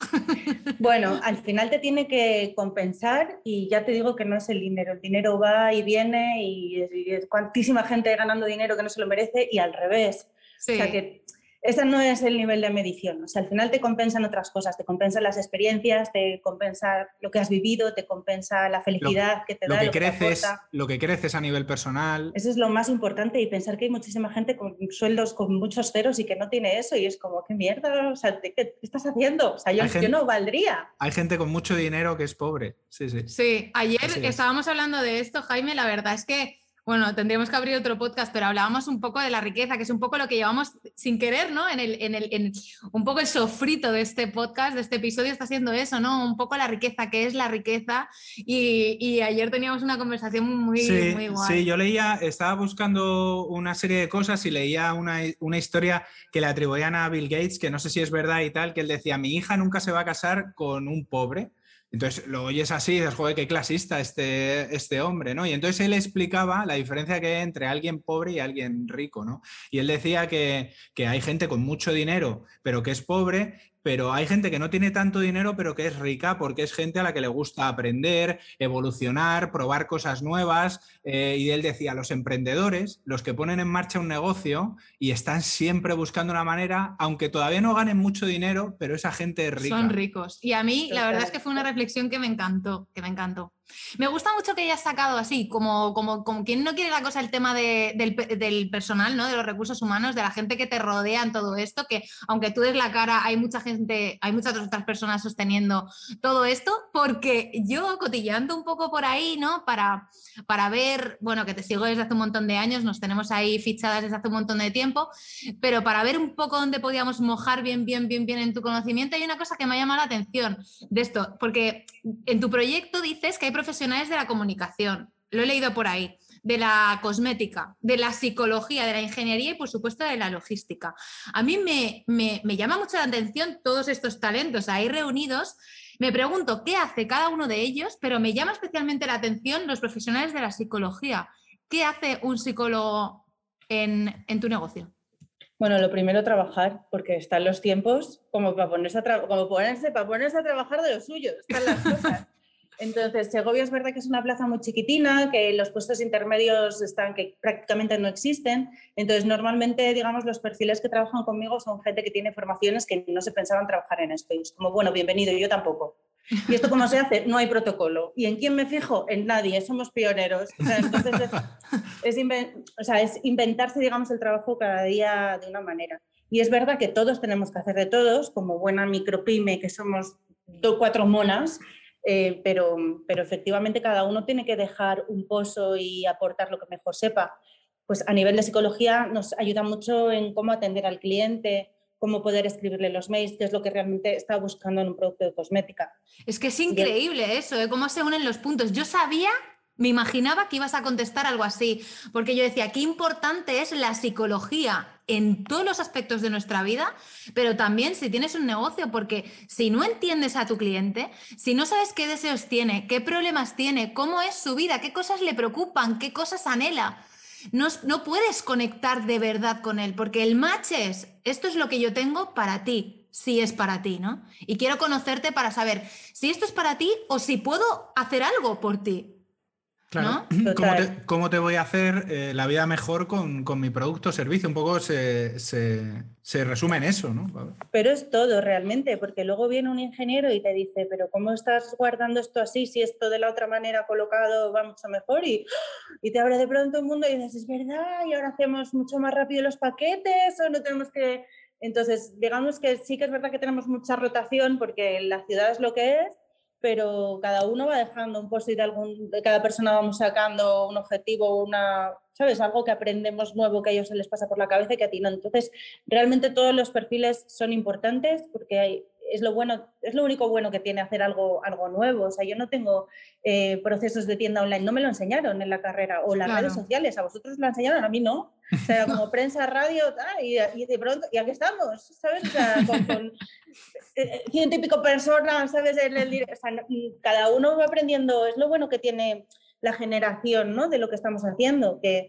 Bueno, al final te tiene que compensar y ya te digo que no es el dinero. El dinero va y viene y es, y es cuantísima gente ganando dinero que no se lo merece y al revés. Sí. O sea que ese no es el nivel de medición. O sea, al final te compensan otras cosas, te compensan las experiencias, te compensa lo que has vivido, te compensa la felicidad lo, que te lo da, que lo que creces, te aporta. lo que creces a nivel personal. Eso es lo más importante y pensar que hay muchísima gente con sueldos con muchos ceros y que no tiene eso y es como, ¿qué mierda? O sea, ¿qué, qué estás haciendo? O sea, yo, gente, yo no valdría. Hay gente con mucho dinero que es pobre. Sí, sí. Sí, ayer Así es. estábamos hablando de esto, Jaime, la verdad es que, bueno, tendríamos que abrir otro podcast, pero hablábamos un poco de la riqueza, que es un poco lo que llevamos sin querer, ¿no? En el, en el, en un poco el sofrito de este podcast, de este episodio, está siendo eso, ¿no? Un poco la riqueza, ¿qué es la riqueza? Y, y ayer teníamos una conversación muy, sí, muy guay. Sí, yo leía, estaba buscando una serie de cosas y leía una, una historia que le atribuían a Bill Gates, que no sé si es verdad y tal, que él decía, mi hija nunca se va a casar con un pobre. Entonces lo oyes así y dices, joder, qué clasista este, este hombre, ¿no? Y entonces él explicaba la diferencia que hay entre alguien pobre y alguien rico, ¿no? Y él decía que, que hay gente con mucho dinero, pero que es pobre, pero hay gente que no tiene tanto dinero, pero que es rica, porque es gente a la que le gusta aprender, evolucionar, probar cosas nuevas. Eh, y él decía, los emprendedores, los que ponen en marcha un negocio y están siempre buscando una manera, aunque todavía no ganen mucho dinero, pero esa gente es rica. Son ricos. Y a mí, Total. la verdad es que fue una reflexión que me encantó, que me encantó. Me gusta mucho que hayas sacado así, como, como, como quien no quiere la cosa, el tema de, del, del personal, ¿no? De los recursos humanos, de la gente que te rodea en todo esto, que aunque tú des la cara, hay mucha gente, hay muchas otras personas sosteniendo todo esto, porque yo cotilleando un poco por ahí, ¿no? Para, para ver, bueno, que te sigo desde hace un montón de años, nos tenemos ahí fichadas desde hace un montón de tiempo, pero para ver un poco dónde podíamos mojar bien, bien, bien, bien en tu conocimiento, hay una cosa que me ha llamado la atención de esto, porque en tu proyecto dices que hay profesionales de la comunicación, lo he leído por ahí, de la cosmética, de la psicología, de la ingeniería y por supuesto de la logística. A mí me, me, me llama mucho la atención todos estos talentos ahí reunidos. Me pregunto qué hace cada uno de ellos, pero me llama especialmente la atención los profesionales de la psicología. ¿Qué hace un psicólogo en, en tu negocio? Bueno, lo primero, trabajar, porque están los tiempos como para ponerse a, tra- como ponerse, para ponerse a trabajar de lo suyo, están las cosas. Entonces, Segovia es verdad que es una plaza muy chiquitina, que los puestos intermedios están, que prácticamente no existen. Entonces, normalmente, digamos, los perfiles que trabajan conmigo son gente que tiene formaciones que no se pensaban trabajar en Space. Como, bueno, bienvenido, yo tampoco. ¿Y esto cómo se hace? No hay protocolo. ¿Y en quién me fijo? En nadie, somos pioneros. O sea, entonces, es, es, inven- o sea, es inventarse, digamos, el trabajo cada día de una manera. Y es verdad que todos tenemos que hacer de todos, como buena micropyme, que somos dos, cuatro monas, eh, pero, pero efectivamente cada uno tiene que dejar un pozo y aportar lo que mejor sepa. Pues a nivel de psicología nos ayuda mucho en cómo atender al cliente, cómo poder escribirle los mails, qué es lo que realmente está buscando en un producto de cosmética. Es que es increíble eso, ¿eh? Cómo se unen los puntos. Yo sabía, me imaginaba que ibas a contestar algo así, porque yo decía, qué importante es la psicología en todos los aspectos de nuestra vida, pero también si tienes un negocio, porque si no entiendes a tu cliente, si no sabes qué deseos tiene, qué problemas tiene, cómo es su vida, qué cosas le preocupan, qué cosas anhela, No, no puedes conectar de verdad con él, porque el match es, esto es lo que yo tengo para ti, si es para ti, ¿no? Y quiero conocerte para saber si esto es para ti o si puedo hacer algo por ti. Claro, ¿no? ¿Cómo, te, ¿cómo te voy a hacer eh, la vida mejor con, con mi producto o servicio? Un poco se, se, se resume en eso, ¿no? Pero es todo realmente, porque luego viene un ingeniero y te dice, pero ¿cómo estás guardando esto así si esto de la otra manera colocado va mucho mejor? Y, y te abre de pronto un mundo y dices, es verdad, y ahora hacemos mucho más rápido los paquetes o no tenemos que... Entonces, digamos que sí que es verdad que tenemos mucha rotación porque la ciudad es lo que es, pero cada uno va dejando un post-it de algún, de cada persona vamos sacando un objetivo, una, ¿sabes? Algo que aprendemos nuevo que a ellos se les pasa por la cabeza y que a ti no. Entonces, realmente todos los perfiles son importantes porque hay, es lo bueno, es lo único bueno que tiene hacer algo, algo nuevo. O sea, yo no tengo eh, procesos de tienda online, no me lo enseñaron en la carrera, o las Claro. redes sociales, a vosotros lo enseñaron, a mí no. O sea, como prensa, radio, tal, y, y de pronto, y aquí estamos, ¿sabes? O sea, con, con ciento y pico personas, ¿sabes? En el, o sea, cada uno va aprendiendo, es lo bueno que tiene la generación, ¿no? De lo que estamos haciendo, que,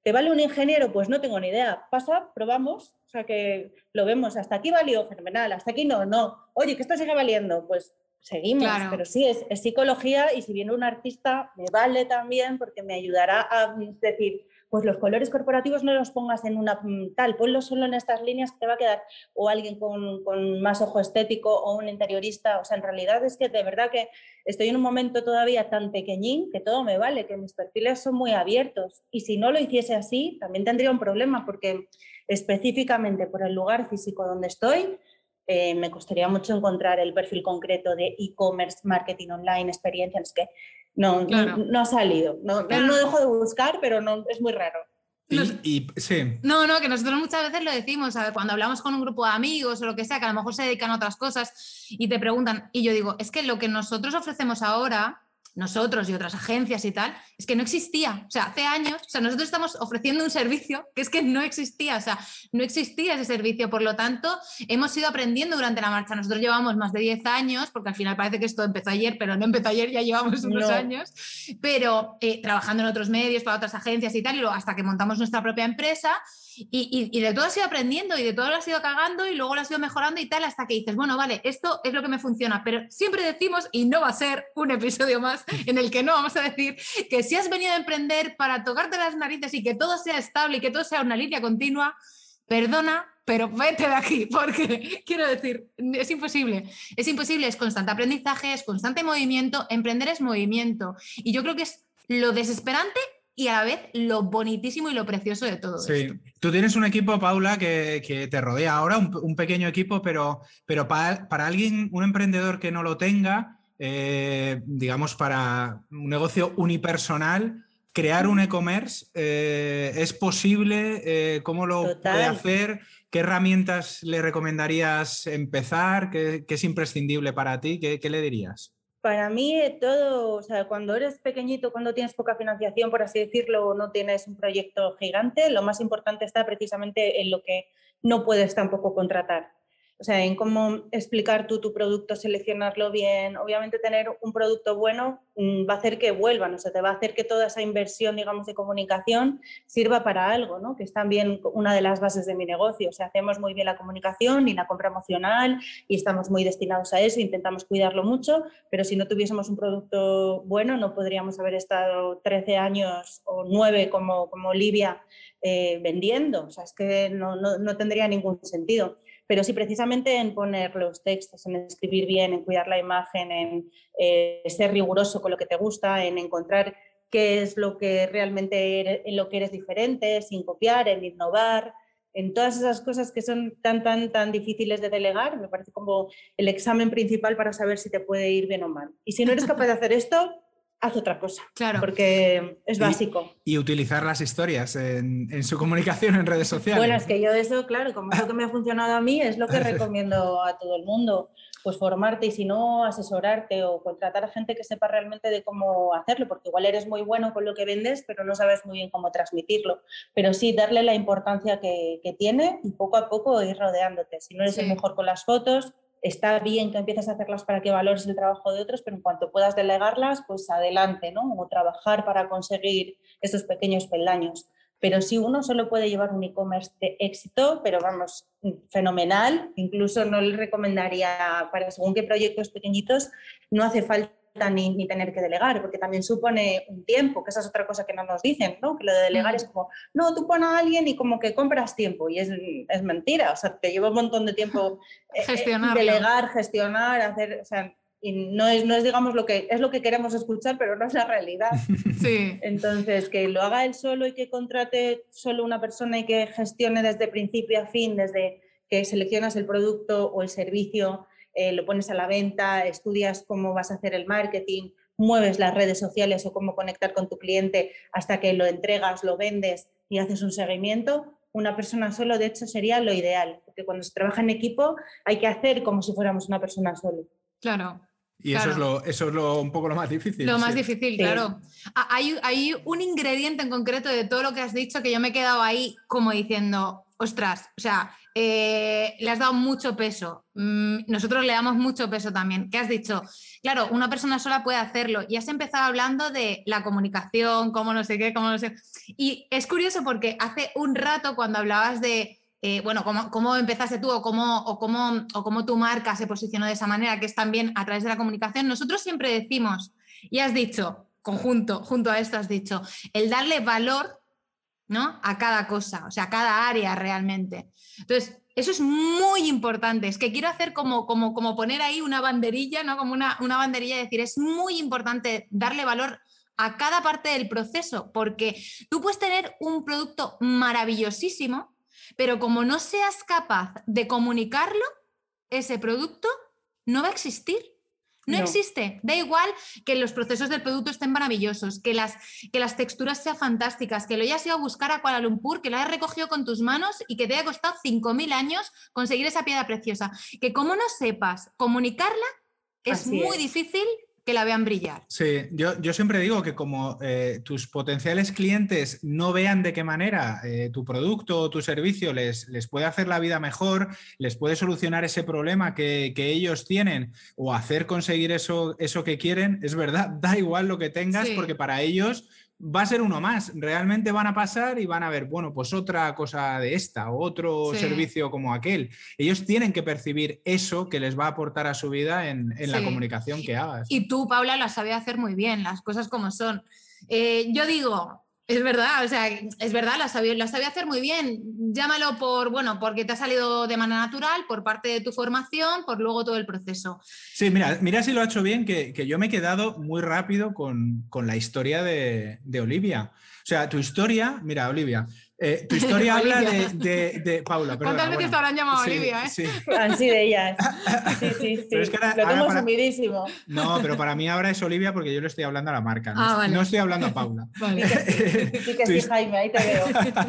¿Te vale un ingeniero? Pues no tengo ni idea. Pasa, probamos, o sea que lo vemos. Hasta aquí valió, fenomenal. Hasta aquí no, no. Oye, que esto sigue valiendo. Pues seguimos. Claro. Pero sí, es, es psicología y si viene un artista me vale también porque me ayudará a decir, pues los colores corporativos no los pongas en una tal, ponlos solo en estas líneas que te va a quedar. O alguien con, con más ojo estético o un interiorista. O sea, en realidad es que de verdad que estoy en un momento todavía tan pequeñín que todo me vale, que mis perfiles son muy abiertos. Y si no lo hiciese así, también tendría un problema porque específicamente por el lugar físico donde estoy, eh, me costaría mucho encontrar el perfil concreto de e-commerce, marketing online, experiencia. Es que no, claro. no, no ha salido. No, claro. no dejo de buscar, pero no, es muy raro. Y, y, sí. No, no, que nosotros muchas veces lo decimos, ¿sabes? Cuando hablamos con un grupo de amigos o lo que sea, que a lo mejor se dedican a otras cosas y te preguntan, y yo digo, es que lo que nosotros ofrecemos ahora, nosotros y otras agencias y tal, es que no existía, o sea, hace años, o sea, nosotros estamos ofreciendo un servicio que es que no existía, o sea, no existía ese servicio, por lo tanto, hemos ido aprendiendo durante la marcha, nosotros llevamos más de diez años, porque al final parece que esto empezó ayer, pero no empezó ayer, ya llevamos unos no. años, pero eh, trabajando en otros medios, para otras agencias y tal, y luego hasta que montamos nuestra propia empresa. Y, y, y de todo has ido aprendiendo y de todo lo has ido cagando y luego lo has ido mejorando y tal hasta que dices, bueno, vale, esto es lo que me funciona, pero siempre decimos, y no va a ser un episodio más en el que no vamos a decir que si has venido a emprender para tocarte las narices y que todo sea estable y que todo sea una línea continua, perdona, pero vete de aquí, porque quiero decir, es imposible, es imposible, es constante aprendizaje, es constante movimiento, emprender es movimiento y yo creo que es lo desesperante y a la vez lo bonitísimo y lo precioso de todo sí. esto. Tú tienes un equipo, Paula, que, que te rodea ahora, un, un pequeño equipo, pero, pero para, para alguien, un emprendedor que no lo tenga, eh, digamos, para un negocio unipersonal, crear un e-commerce, eh, ¿es posible? Eh, ¿Cómo lo Total. puede hacer? ¿Qué herramientas le recomendarías empezar? ¿Qué, qué es imprescindible para ti? ¿Qué, qué le dirías? Para mí todo, o sea, cuando eres pequeñito, cuando tienes poca financiación, por así decirlo, o no tienes un proyecto gigante, lo más importante está precisamente en lo que no puedes tampoco contratar. O sea, en cómo explicar tú tu producto, seleccionarlo bien. Obviamente tener un producto bueno va a hacer que vuelvan, o sea, te va a hacer que toda esa inversión, digamos, de comunicación sirva para algo, ¿no? Que es también una de las bases de mi negocio. O sea, hacemos muy bien la comunicación y la compra emocional y estamos muy destinados a eso, intentamos cuidarlo mucho, pero si no tuviésemos un producto bueno no podríamos haber estado trece años o nueve como, como Olivia eh, vendiendo. O sea, es que no, no, no tendría ningún sentido. Pero sí, precisamente en poner los textos, en escribir bien, en cuidar la imagen, en eh, ser riguroso con lo que te gusta, en encontrar qué es lo que realmente eres, en lo que eres diferente, sin copiar, en innovar, en todas esas cosas que son tan, tan, tan difíciles de delegar, me parece como el examen principal para saber si te puede ir bien o mal. Y si no eres capaz de hacer esto, haz otra cosa, claro, porque es básico. Y, y utilizar las historias en, en su comunicación en redes sociales. Bueno, es que yo eso, claro, como es lo que me ha funcionado a mí, es lo que recomiendo a todo el mundo. Pues formarte y si no, asesorarte o contratar a gente que sepa realmente de cómo hacerlo, porque igual eres muy bueno con lo que vendes, pero no sabes muy bien cómo transmitirlo. Pero sí, darle la importancia que, que tiene y poco a poco ir rodeándote. Si no eres sí. el mejor con las fotos, está bien que empieces a hacerlas para que valores el trabajo de otros, pero en cuanto puedas delegarlas, pues adelante, ¿no? O trabajar para conseguir esos pequeños peldaños. Pero sí, uno solo puede llevar un e-commerce de éxito, pero vamos, fenomenal. Incluso no le recomendaría para según qué proyectos pequeñitos, no hace falta Ni, ni tener que delegar, porque también supone un tiempo, que esa es otra cosa que no nos dicen, ¿no? Que lo de delegar mm. es como, no, tú pones a alguien y como que compras tiempo, y es, es mentira, o sea, te lleva un montón de tiempo eh, delegar, gestionar, hacer, o sea, y no es, no es, digamos, lo que es lo que queremos escuchar, pero no es la realidad. Sí. Entonces, que lo haga él solo y que contrate solo una persona y que gestione desde principio a fin, desde que seleccionas el producto o el servicio, Eh, lo pones a la venta, estudias cómo vas a hacer el marketing, mueves las redes sociales o cómo conectar con tu cliente hasta que lo entregas, lo vendes y haces un seguimiento. Una persona solo, de hecho, sería lo ideal, porque cuando se trabaja en equipo hay que hacer como si fuéramos una persona solo. Claro. Y claro. eso es, lo, eso es lo, un poco lo más difícil. Lo sí. más difícil, sí. claro. Hay, hay un ingrediente en concreto de todo lo que has dicho que yo me he quedado ahí como diciendo, ostras, o sea, eh, le has dado mucho peso. Mm, nosotros le damos mucho peso también. ¿Qué has dicho? Claro, una persona sola puede hacerlo. Y has empezado hablando de la comunicación, cómo no sé qué, cómo no sé. Y es curioso porque hace un rato cuando hablabas de, eh, bueno, cómo, cómo empezaste tú o cómo, o, cómo, o cómo tu marca se posicionó de esa manera, que es también a través de la comunicación, nosotros siempre decimos, y has dicho, conjunto, junto a esto has dicho, el darle valor, ¿no?, a cada cosa, o sea, a cada área realmente. Entonces, eso es muy importante. Es que quiero hacer como, como, como poner ahí una banderilla, ¿no? Como una, una banderilla y decir, es muy importante darle valor a cada parte del proceso, porque tú puedes tener un producto maravillosísimo, pero como no seas capaz de comunicarlo, ese producto no va a existir. No, no existe. Da igual que los procesos del producto estén maravillosos, que las, que las texturas sean fantásticas, que lo hayas ido a buscar a Kuala Lumpur, que lo hayas recogido con tus manos y que te haya costado cinco mil años conseguir esa piedra preciosa. Que como no sepas comunicarla, es Así muy es. difícil que la vean brillar. Sí, yo, yo siempre digo que como eh, tus potenciales clientes no vean de qué manera eh, tu producto o tu servicio les, les puede hacer la vida mejor, les puede solucionar ese problema que, que ellos tienen o hacer conseguir eso, eso que quieren, es verdad, da igual lo que tengas, sí. porque para ellos va a ser uno más. Realmente van a pasar y van a ver, bueno, pues otra cosa de esta, o otro sí. servicio como aquel. Ellos tienen que percibir eso que les va a aportar a su vida en, en sí. la comunicación que hagas. Y tú, Paula, las sabes hacer muy bien, las cosas como son. Eh, yo digo, es verdad, o sea, es verdad, las sabía, las sabía hacer muy bien. Llámalo por, bueno, porque te ha salido de manera natural, por parte de tu formación, por luego todo el proceso. Sí, mira, mira si lo ha hecho bien, que, que yo me he quedado muy rápido con, con la historia de, de Olivia. O sea, tu historia, mira, Olivia, eh, tu historia habla de, de, de Paula. Perdona, ¿Cuántas veces bueno, te habrán llamado sí, Olivia? ¿eh? Sí. Han sido ellas. Sí, sí, sí. Pero es que ahora, lo tomo para... sumidísimo. No, pero para mí ahora es Olivia porque yo le estoy hablando a la marca. No, ah, vale. no estoy hablando a Paula. Vale. Sí que sí, sí, que sí Jaime, ahí te veo.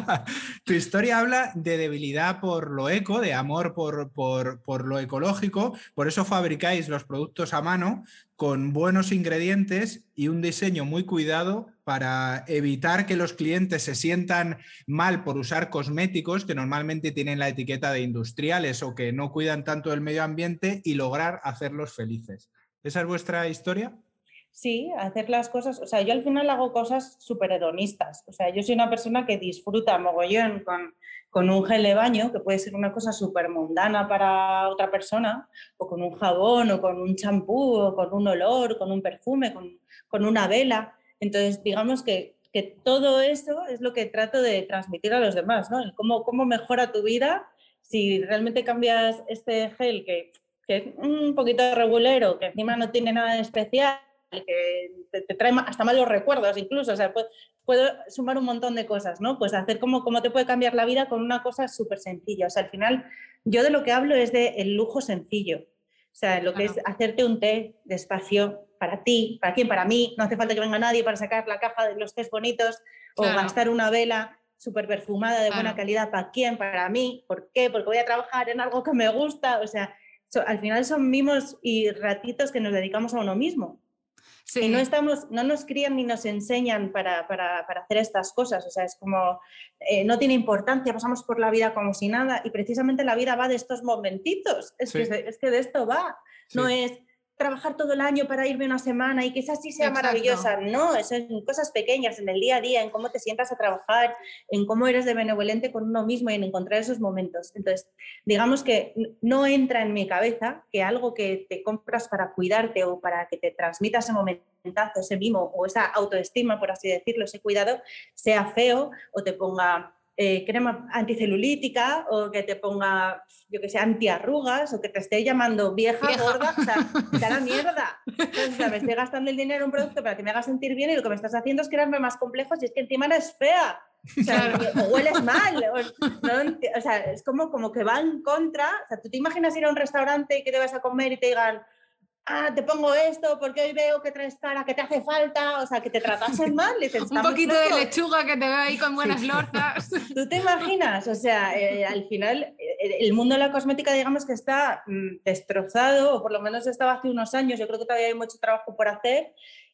Tu historia habla de debilidad por lo eco, de amor por, por, por lo ecológico. Por eso fabricáis los productos a mano con buenos ingredientes y un diseño muy cuidado para evitar que los clientes se sientan mal por usar cosméticos que normalmente tienen la etiqueta de industriales o que no cuidan tanto del medio ambiente y lograr hacerlos felices. ¿Esa es vuestra historia? Sí, hacer las cosas, o sea, yo al final hago cosas súper hedonistas, o sea, yo soy una persona que disfruta mogollón con, con un gel de baño, que puede ser una cosa súper mundana para otra persona, o con un jabón, o con un champú, o con un olor, con un perfume, con, con una vela. Entonces, digamos que, que todo eso es lo que trato de transmitir a los demás, ¿no? Cómo, cómo mejora tu vida si realmente cambias este gel que, que es un poquito regulero, que encima no tiene nada de especial, que te, te trae hasta malos recuerdos incluso, o sea, puedo, puedo sumar un montón de cosas, ¿no? Pues hacer como, como te puede cambiar la vida con una cosa súper sencilla. O sea, al final yo de lo que hablo es del lujo sencillo. O sea, lo que claro. es hacerte un té despacio para ti, para quién, para mí, no hace falta que venga nadie para sacar la caja de los tés bonitos claro. o gastar una vela súper perfumada de claro. buena calidad, para quién, para mí, ¿por qué? Porque voy a trabajar en algo que me gusta, o sea, so, al final son mimos y ratitos que nos dedicamos a uno mismo. Sí. Y no, estamos, no nos crían ni nos enseñan para, para, para hacer estas cosas, o sea, es como, eh, no tiene importancia, pasamos por la vida como si nada y precisamente la vida va de estos momentitos, es, sí. que, es que de esto va, sí. no es trabajar todo el año para irme una semana y que esa sí sea Exacto. maravillosa, no, eso en cosas pequeñas, en el día a día, en cómo te sientas a trabajar, en cómo eres de benevolente con uno mismo y en encontrar esos momentos. Entonces, digamos que no entra en mi cabeza que algo que te compras para cuidarte o para que te transmita ese momentazo, ese mimo o esa autoestima, por así decirlo, ese cuidado, sea feo o te ponga Eh, crema anticelulítica o que te ponga, yo que sé, antiarrugas o que te esté llamando vieja, vieja. gorda, o sea, da la mierda. Entonces, o sea, me estoy gastando el dinero en un producto para que me haga sentir bien y lo que me estás haciendo es crearme más complejos y es que encima eres fea. O sea, claro. o hueles mal, o, ¿no? O sea, es como, como que va en contra. O sea, tú te imaginas ir a un restaurante y que te vas a comer y te digan ah, te pongo esto porque hoy veo que traes cara, que te hace falta, o sea, que te tratasen mal. Y te un poquito locos. De lechuga que te veo ahí con buenas lorzas. ¿Tú te imaginas? O sea, eh, al final el mundo de la cosmética digamos que está mm, destrozado, o por lo menos estaba hace unos años, yo creo que todavía hay mucho trabajo por hacer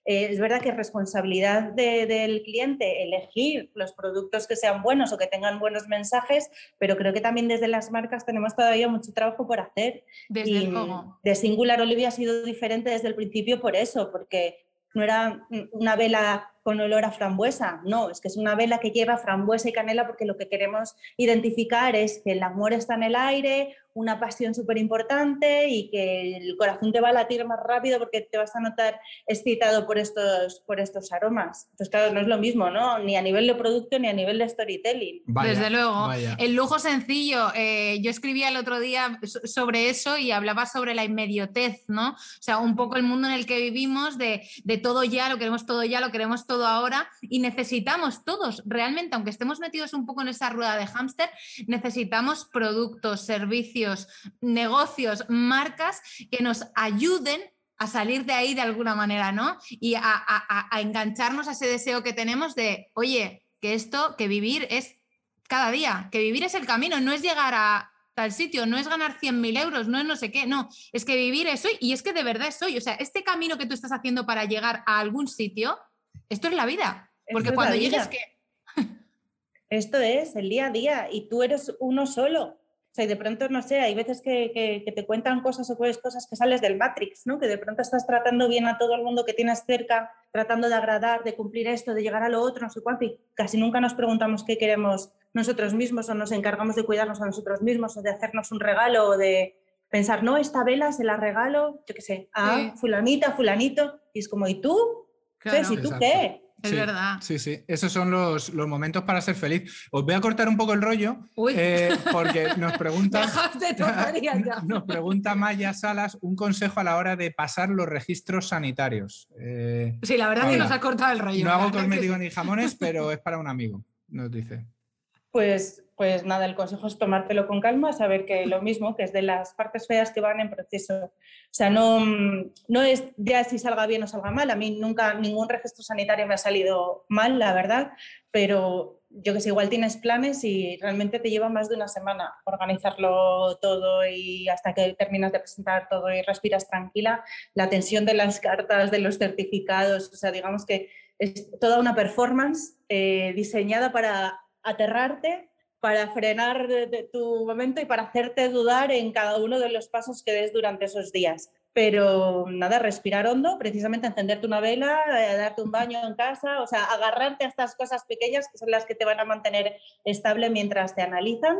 Eh, es verdad que es responsabilidad de, del cliente elegir los productos que sean buenos o que tengan buenos mensajes, pero creo que también desde las marcas tenemos todavía mucho trabajo por hacer. Desde y luego. de Singular Olivia ha sido diferente desde el principio por eso, porque no era una vela con olor a frambuesa, no, es que es una vela que lleva frambuesa y canela porque lo que queremos identificar es que el amor está en el aire, una pasión súper importante y que el corazón te va a latir más rápido porque te vas a notar excitado por estos, por estos aromas. Entonces, claro, no es lo mismo, ¿no? Ni a nivel de producto ni a nivel de storytelling. Vaya, Desde luego. Vaya. El lujo sencillo. Eh, yo escribía el otro día sobre eso y hablaba sobre la inmediatez, ¿no? O sea, un poco el mundo en el que vivimos de, de todo ya, lo queremos todo ya, lo queremos todo ahora y necesitamos todos, realmente, aunque estemos metidos un poco en esa rueda de hámster, necesitamos productos, servicios, negocios, marcas que nos ayuden a salir de ahí de alguna manera, ¿no? Y a, a, a engancharnos a ese deseo que tenemos de, oye, que esto, que vivir es cada día, que vivir es el camino, no es llegar a tal sitio, no es ganar cien mil euros, no es no sé qué, no, es que vivir es hoy y es que de verdad es hoy. O sea, este camino que tú estás haciendo para llegar a algún sitio, esto es la vida, porque Esto cuando es la llegues vida. que... Esto es el día a día y tú eres uno solo. O sea, y de pronto, no sé, hay veces que, que, que te cuentan cosas o ves cosas que sales del Matrix, ¿no? Que de pronto estás tratando bien a todo el mundo que tienes cerca, tratando de agradar, de cumplir esto, de llegar a lo otro, no sé cuánto, y casi nunca nos preguntamos qué queremos nosotros mismos o nos encargamos de cuidarnos a nosotros mismos o de hacernos un regalo o de pensar, no, esta vela se la regalo, yo qué sé, a Sí. fulanita, fulanito, y es como, ¿y tú? Claro. ¿Sí? ¿Y tú Exacto. qué? Es sí, verdad. Sí, sí. Esos son los, los momentos para ser feliz. Os voy a cortar un poco el rollo eh, porque nos pregunta, Dejad de tonterías ya. nos pregunta Maya Salas un consejo a la hora de pasar los registros sanitarios. Eh, Sí, la verdad es que Paula, nos ha cortado el rollo. no hago la verdad cosméticos que ni jamones, pero es para un amigo, nos dice. Pues, pues nada, el consejo es tomártelo con calma, saber que lo mismo, que es de las partes feas que van en proceso. O sea, no, no es ya si salga bien o salga mal. A mí nunca ningún registro sanitario me ha salido mal, la verdad, pero yo que sé, igual tienes planes y realmente te lleva más de una semana organizarlo todo y hasta que terminas de presentar todo y respiras tranquila. La tensión de las cartas, de los certificados, o sea, digamos que es toda una performance eh, diseñada para aterrarte, para frenar de, de tu momento y para hacerte dudar en cada uno de los pasos que des durante esos días. Pero nada, respirar hondo, precisamente encenderte una vela, eh, darte un baño en casa, o sea, agarrarte a estas cosas pequeñas que son las que te van a mantener estable mientras te analizan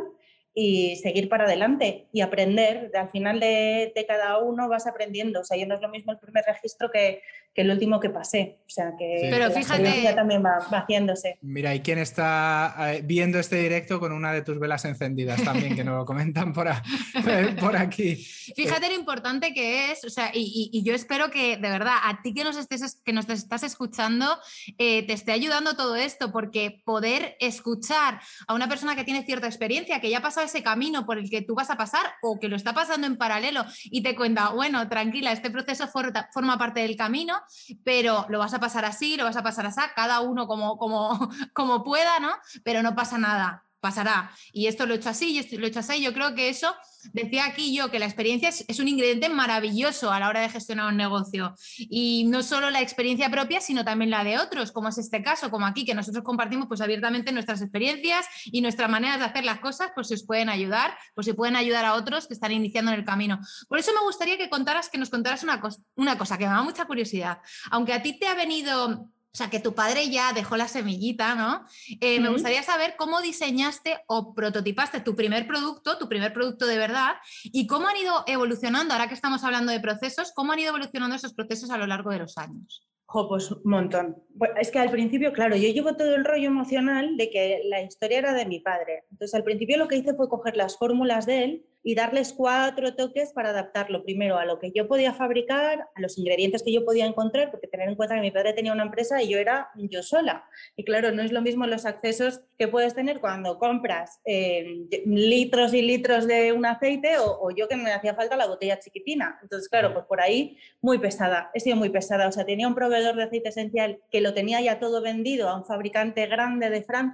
y seguir para adelante y aprender. Al final de, de cada uno vas aprendiendo. O sea, yo no es lo mismo el primer registro que, que el último que pasé. O sea, que, Sí. Pero que la fíjate- experiencia también va, va haciéndose. Mira, ¿y quién está eh, viendo este directo con una de tus velas encendidas también? Que nos lo comentan por, a- por aquí. Fíjate lo importante que es, o sea, y, y, y yo espero que de verdad a ti que nos, estés, que nos estás escuchando eh, te esté ayudando todo esto, porque poder escuchar a una persona que tiene cierta experiencia, que ya ha pasado ese camino por el que tú vas a pasar o que lo está pasando en paralelo y te cuenta, bueno, tranquila, este proceso for, forma parte del camino, pero lo vas a pasar así, lo vas a pasar así, cada uno como, como, como pueda, ¿no? Pero no pasa nada. Pasará. Y esto lo he hecho así, y esto lo he hecho así. Yo creo que eso, decía aquí yo, que la experiencia es, es un ingrediente maravilloso a la hora de gestionar un negocio. Y no solo la experiencia propia, sino también la de otros, como es este caso, como aquí, que nosotros compartimos pues abiertamente nuestras experiencias y nuestras maneras de hacer las cosas, pues si os pueden ayudar, pues si pueden ayudar a otros que están iniciando en el camino. Por eso me gustaría que contaras, que nos contaras una, cos una cosa que me da mucha curiosidad. Aunque a ti te ha venido... O sea, que tu padre ya dejó la semillita, ¿no? Eh, mm. Me gustaría saber cómo diseñaste o prototipaste tu primer producto, tu primer producto de verdad, y cómo han ido evolucionando, ahora que estamos hablando de procesos, cómo han ido evolucionando esos procesos a lo largo de los años. Jo, pues un montón. Bueno, es que al principio, claro, yo llevo todo el rollo emocional de que la historia era de mi padre. Entonces, al principio lo que hice fue coger las fórmulas de él y darles cuatro toques para adaptarlo primero a lo que yo podía fabricar, a los ingredientes que yo podía encontrar, porque tener en cuenta que mi padre tenía una empresa y yo era yo sola. Y claro, no es lo mismo los accesos que puedes tener cuando compras eh, litros y litros de un aceite o, o yo que me hacía falta la botella chiquitina. Entonces, claro, pues por ahí muy pesada. He sido muy pesada. O sea, tenía un proveedor de aceite esencial que lo tenía ya todo vendido a un fabricante grande de Francia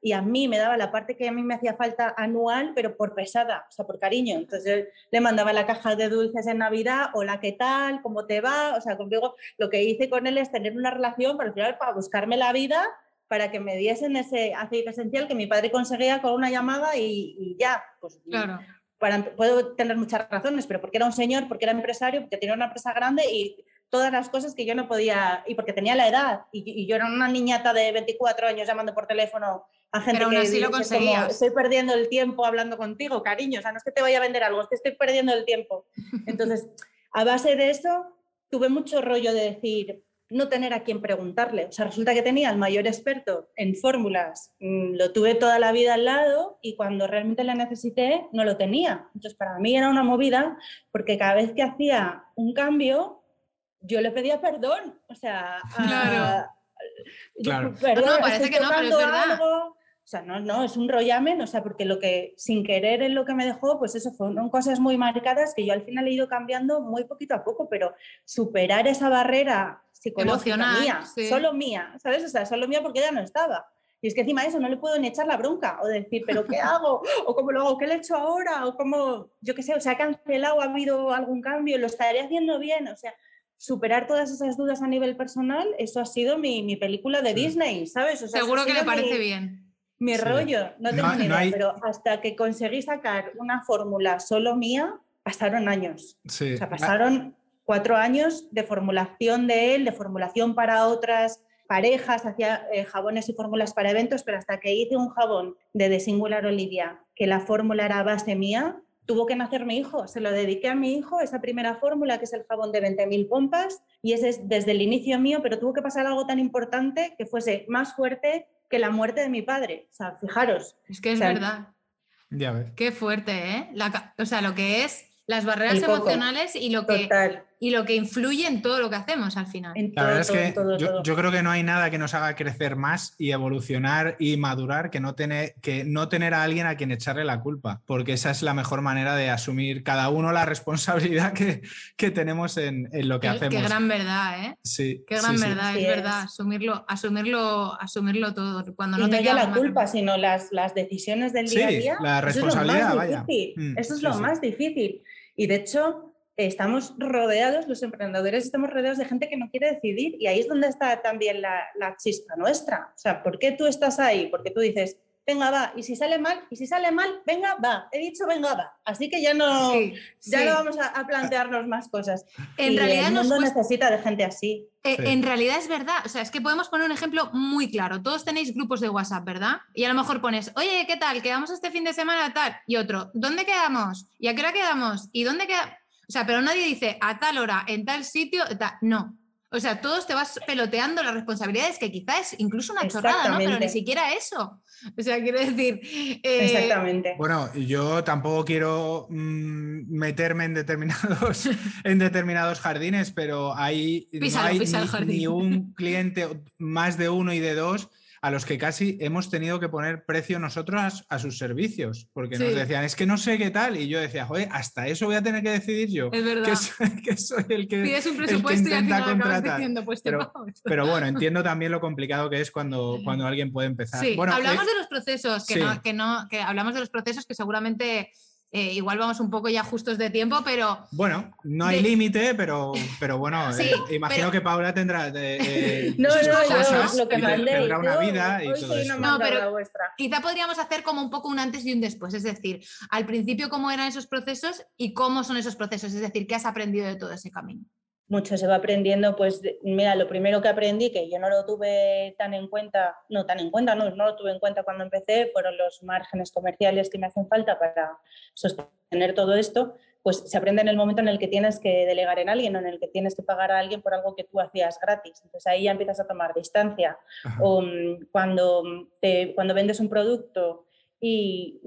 y a mí me daba la parte que a mí me hacía falta anual, pero por pesada, o sea, por cariño. Entonces le mandaba la caja de dulces en Navidad, hola, ¿qué tal? ¿Cómo te va? O sea, conmigo lo que hice con él es tener una relación, pero al final para buscarme la vida, para que me diesen ese aceite esencial que mi padre conseguía con una llamada y, y ya. Pues, claro. Para, puedo tener muchas razones, pero porque era un señor, porque era empresario, porque tenía una empresa grande y todas las cosas que yo no podía, y porque tenía la edad, y, y yo era una niñata de veinticuatro años llamando por teléfono a gente pero aún que así lo conseguías. Como, estoy perdiendo el tiempo hablando contigo, cariño, o sea, no es que te vaya a vender algo, es que estoy perdiendo el tiempo. Entonces, a base de eso, tuve mucho rollo de decir, no tener a quién preguntarle. O sea, resulta que tenía el mayor experto en fórmulas, lo tuve toda la vida al lado y cuando realmente la necesité no lo tenía. Entonces, para mí era una movida porque cada vez que hacía un cambio, yo le pedía perdón. O sea, claro. a, claro. Yo, perdón, no, no, parece que no, pero es verdad. Algo. O sea, no, no, es un rollamen, o sea, porque lo que sin querer en lo que me dejó, pues eso fueron cosas muy marcadas que yo al final he ido cambiando muy poquito a poco, pero superar esa barrera psicológica emocional, mía, sí. solo mía, ¿sabes? O sea, solo mía porque ya no estaba. Y es que encima de eso no le puedo ni echar la bronca o decir, ¿pero qué hago? ¿O cómo lo hago? ¿Qué le he hecho ahora? O cómo, yo qué sé, o sea, ha cancelado, ha habido algún cambio, lo estaré haciendo bien, o sea, superar todas esas dudas a nivel personal, eso ha sido mi, mi película de sí. Disney, ¿sabes? O sea, seguro que le parece mi, bien. Mi sí. rollo, no tengo no, ni idea, no hay... pero hasta que conseguí sacar una fórmula solo mía, pasaron años. Sí. O sea, pasaron cuatro años de formulación de él, de formulación para otras parejas, hacía eh, jabones y fórmulas para eventos, pero hasta que hice un jabón de The Singular Olivia, que la fórmula era base mía, tuvo que nacer mi hijo. Se lo dediqué a mi hijo, esa primera fórmula, que es el jabón de veinte mil pompas, y ese es desde el inicio mío, pero tuvo que pasar algo tan importante que fuese más fuerte que la muerte de mi padre. O sea, fijaros. Es que es o sea, verdad. Ya ves. Qué fuerte, ¿eh? La, o sea, lo que es las barreras emocionales y lo, que, y lo que influye en todo lo que hacemos al final. En la todo, verdad es que todo, yo, todo. yo creo que no hay nada que nos haga crecer más y evolucionar y madurar que no, tener, que no tener a alguien a quien echarle la culpa, porque esa es la mejor manera de asumir cada uno la responsabilidad que, que tenemos en, en lo que qué, hacemos. Qué gran verdad, ¿eh? Sí, qué gran sí, verdad, sí. es, sí, verdad, asumirlo, asumirlo, asumirlo todo. Cuando no y te no ya la más culpa, más. sino las, las decisiones del sí, día a día. la responsabilidad, eso es lo más vaya. difícil. Mm, eso es sí, lo sí. más difícil. Y de hecho, estamos rodeados, los emprendedores estamos rodeados de gente que no quiere decidir y ahí es donde está también la, la chispa nuestra. O sea, ¿por qué tú estás ahí? Porque tú dices, venga, va, y si sale mal, y si sale mal, venga, va. He dicho, venga, va. Así que ya no, sí, ya sí. no vamos a, a plantearnos más cosas. En y realidad el mundo nos necesita de gente así. Eh, Sí. En realidad es verdad, o sea, es que podemos poner un ejemplo muy claro. Todos tenéis grupos de WhatsApp, ¿verdad? Y a lo mejor pones, oye, ¿qué tal? ¿Quedamos este fin de semana tal? Y otro, ¿dónde quedamos? ¿Y a qué hora quedamos? ¿Y dónde quedamos? O sea, pero nadie dice a tal hora, en tal sitio, tal. No. O sea, todos te vas peloteando las responsabilidades, que quizás es incluso una chorrada, ¿no? Pero ni siquiera eso. O sea, quiero decir... Eh, Exactamente. Bueno, yo tampoco quiero mmm, meterme en determinados, en determinados jardines, pero hay, písalo, no hay písalo ni, ni un cliente, más de uno y de dos, a los que casi hemos tenido que poner precio nosotros a, a sus servicios, porque sí. nos decían, es que no sé qué tal, y yo decía, joder, hasta eso voy a tener que decidir yo, es verdad. Que, soy, que soy el que, pides un presupuesto el que intenta y al final contratar. Diciendo, pues pero, pero bueno, entiendo también lo complicado que es cuando, cuando alguien puede empezar. Sí, bueno, hablamos eh, de los procesos, que, sí. no, que, no, que hablamos de los procesos que seguramente... Eh, igual vamos un poco ya justos de tiempo, pero... Bueno, no hay de... límite, pero, pero bueno, sí, eh, imagino pero... que Paula tendrá de, eh, no, sus no, cosas no, lo que y mandé, tendrá una yo, vida y todo sí esto. No, pero quizá podríamos hacer como un poco un antes y un después, es decir, al principio cómo eran esos procesos y cómo son esos procesos, es decir, qué has aprendido de todo ese camino. Mucho se va aprendiendo, pues mira, lo primero que aprendí, que yo no lo tuve tan en cuenta, no tan en cuenta, no, no lo tuve en cuenta cuando empecé, fueron los márgenes comerciales que me hacen falta para sostener todo esto, pues se aprende en el momento en el que tienes que delegar en alguien o en el que tienes que pagar a alguien por algo que tú hacías gratis. Entonces ahí ya empiezas a tomar distancia. O cuando, te, cuando vendes un producto y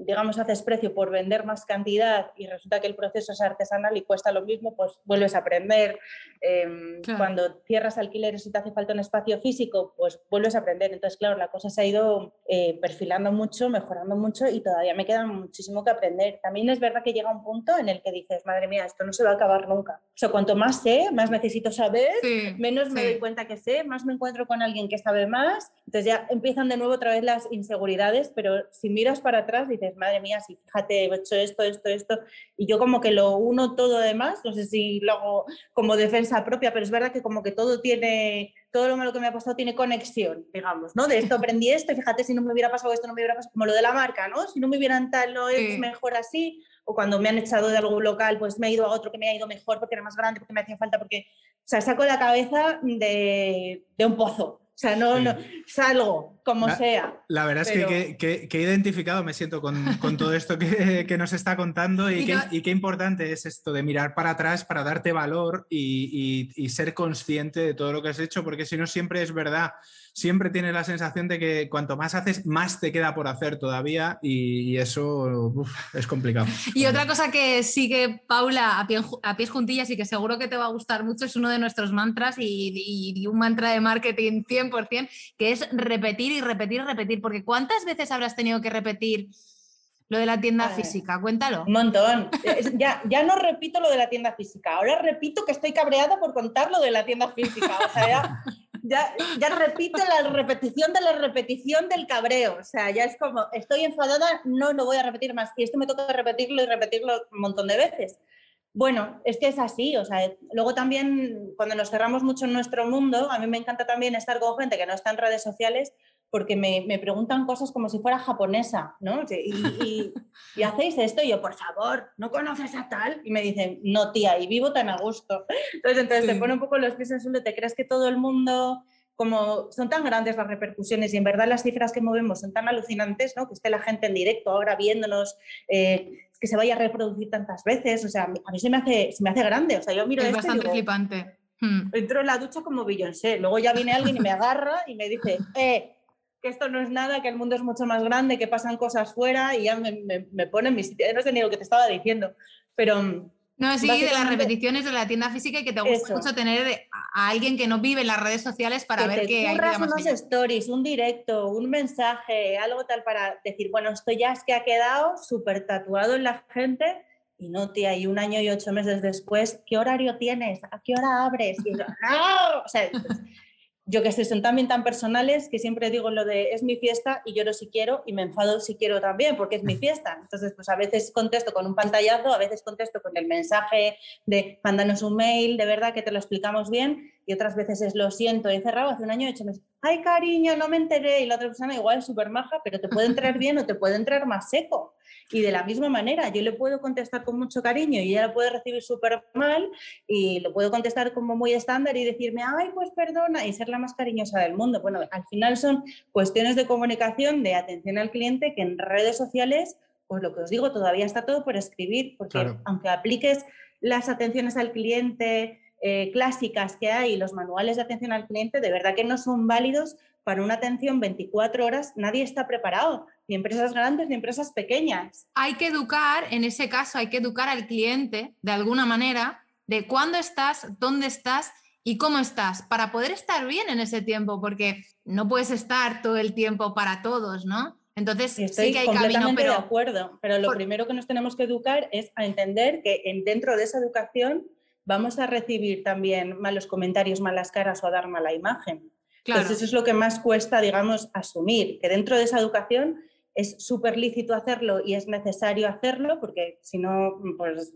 digamos, haces precio por vender más cantidad y resulta que el proceso es artesanal y cuesta lo mismo, pues vuelves a aprender. Eh, claro. Cuando cierras alquileres y te hace falta un espacio físico, pues vuelves a aprender. Entonces, claro, la cosa se ha ido eh, perfilando mucho, mejorando mucho y todavía me queda muchísimo que aprender. También es verdad que llega un punto en el que dices, madre mía, esto no se va a acabar nunca. O sea, cuanto más sé, más necesito saber, sí, menos me sí. doy cuenta que sé, más me encuentro con alguien que sabe más. Entonces ya empiezan de nuevo otra vez las inseguridades, pero si miras para atrás dices, madre mía, sí, fíjate, he hecho esto, esto, esto, y yo como que lo uno todo además, no sé si lo hago como defensa propia, pero es verdad que como que todo tiene, todo lo malo que me ha pasado tiene conexión, digamos, ¿no? De esto aprendí esto y fíjate, si no me hubiera pasado esto, no me hubiera pasado, como lo de la marca, ¿no? Si no me hubieran tal, no es sí. mejor así, o cuando me han echado de algún local, pues me he ido a otro que me ha ido mejor porque era más grande, porque me hacía falta, porque, o sea, saco la cabeza de, de un pozo. O sea, no, sí. no salgo como la, sea. La verdad pero... es que, que, que he identificado, me siento con, con todo esto que, que nos está contando y, y, qué, no... y qué importante es esto de mirar para atrás para darte valor y, y, y ser consciente de todo lo que has hecho, porque si no siempre es verdad, siempre tienes la sensación de que cuanto más haces, más te queda por hacer todavía y, y eso uf, es complicado. Y otra cosa que sigue Paula a, pie, a pies juntillas y que seguro que te va a gustar mucho es uno de nuestros mantras y, y, y un mantra de marketing cien por ciento, que es repetir y repetir y repetir, porque ¿cuántas veces habrás tenido que repetir lo de la tienda Ay, física? Cuéntalo. Un montón. ya, ya no repito lo de la tienda física, ahora repito que estoy cabreada por contar lo de la tienda física, o sea, ya... Ya, ya repito la repetición de la repetición del cabreo, o sea, ya es como, estoy enfadada, no lo voy a repetir más, y esto me toca repetirlo y repetirlo un montón de veces. Bueno, es que es así, o sea, luego también cuando nos cerramos mucho en nuestro mundo, a mí me encanta también estar con gente que no está en redes sociales porque me, me preguntan cosas como si fuera japonesa, ¿no? Y, y, y hacéis esto, y yo, por favor, ¿no conoces a tal? Y me dicen, no, tía, y vivo tan a gusto. Entonces, entonces sí. te pone un poco los pies en el suelo, te crees que todo el mundo, como son tan grandes las repercusiones y en verdad las cifras que movemos son tan alucinantes, ¿no? Que esté la gente en directo ahora viéndonos, eh, que se vaya a reproducir tantas veces, o sea, a mí se me hace, se me hace grande, o sea, yo miro es esto bastante y digo, flipante. Entro en la ducha como Beyoncé, luego ya viene alguien y me agarra y me dice, eh, que esto no es nada, que el mundo es mucho más grande, que pasan cosas fuera y ya me, me, me pone en mi sitio. No sé ni lo que te estaba diciendo, pero... No, sí, de las repeticiones de la tienda física y que te gusta eso. mucho tener a alguien que no vive en las redes sociales para que ver que hay vida más unos allá. Stories, un directo, un mensaje, algo tal para decir, bueno, esto ya es que ha quedado súper tatuado en la gente y no, tía, y un año y ocho meses después, ¿qué horario tienes? ¿A qué hora abres? Y yo, ¡no! O sea, pues, yo que sé, son también tan personales que siempre digo lo de es mi fiesta y lloro si quiero y me enfado si quiero también porque es mi fiesta. Entonces, pues a veces contesto con un pantallazo, a veces contesto con el mensaje de mándanos un mail, de verdad que te lo explicamos bien, y otras veces es lo siento, he cerrado hace un año y ocho meses. Ay, cariño, no me enteré. Y la otra persona igual es súper maja, pero te puede entrar bien o te puede entrar más seco. Y de la misma manera, yo le puedo contestar con mucho cariño y ella lo puede recibir súper mal y lo puedo contestar como muy estándar y decirme, ay, pues perdona, y ser la más cariñosa del mundo. Bueno, al final son cuestiones de comunicación, de atención al cliente, que en redes sociales, pues lo que os digo, todavía está todo por escribir, porque claro. aunque apliques las atenciones al cliente eh, clásicas que hay, los manuales de atención al cliente, de verdad que no son válidos para una atención veinticuatro horas, nadie está preparado, ni empresas grandes ni empresas pequeñas. Hay que educar, en ese caso, hay que educar al cliente de alguna manera de cuándo estás, dónde estás y cómo estás, para poder estar bien en ese tiempo, porque no puedes estar todo el tiempo para todos, ¿no? Entonces, estoy sí que hay completamente camino, pero... de acuerdo, pero lo por... primero que nos tenemos que educar es a entender que en, dentro de esa educación vamos a recibir también malos comentarios, malas caras o a dar mala imagen. Claro. Entonces, eso es lo que más cuesta, digamos, asumir, que dentro de esa educación es súper lícito hacerlo y es necesario hacerlo, porque si no, pues,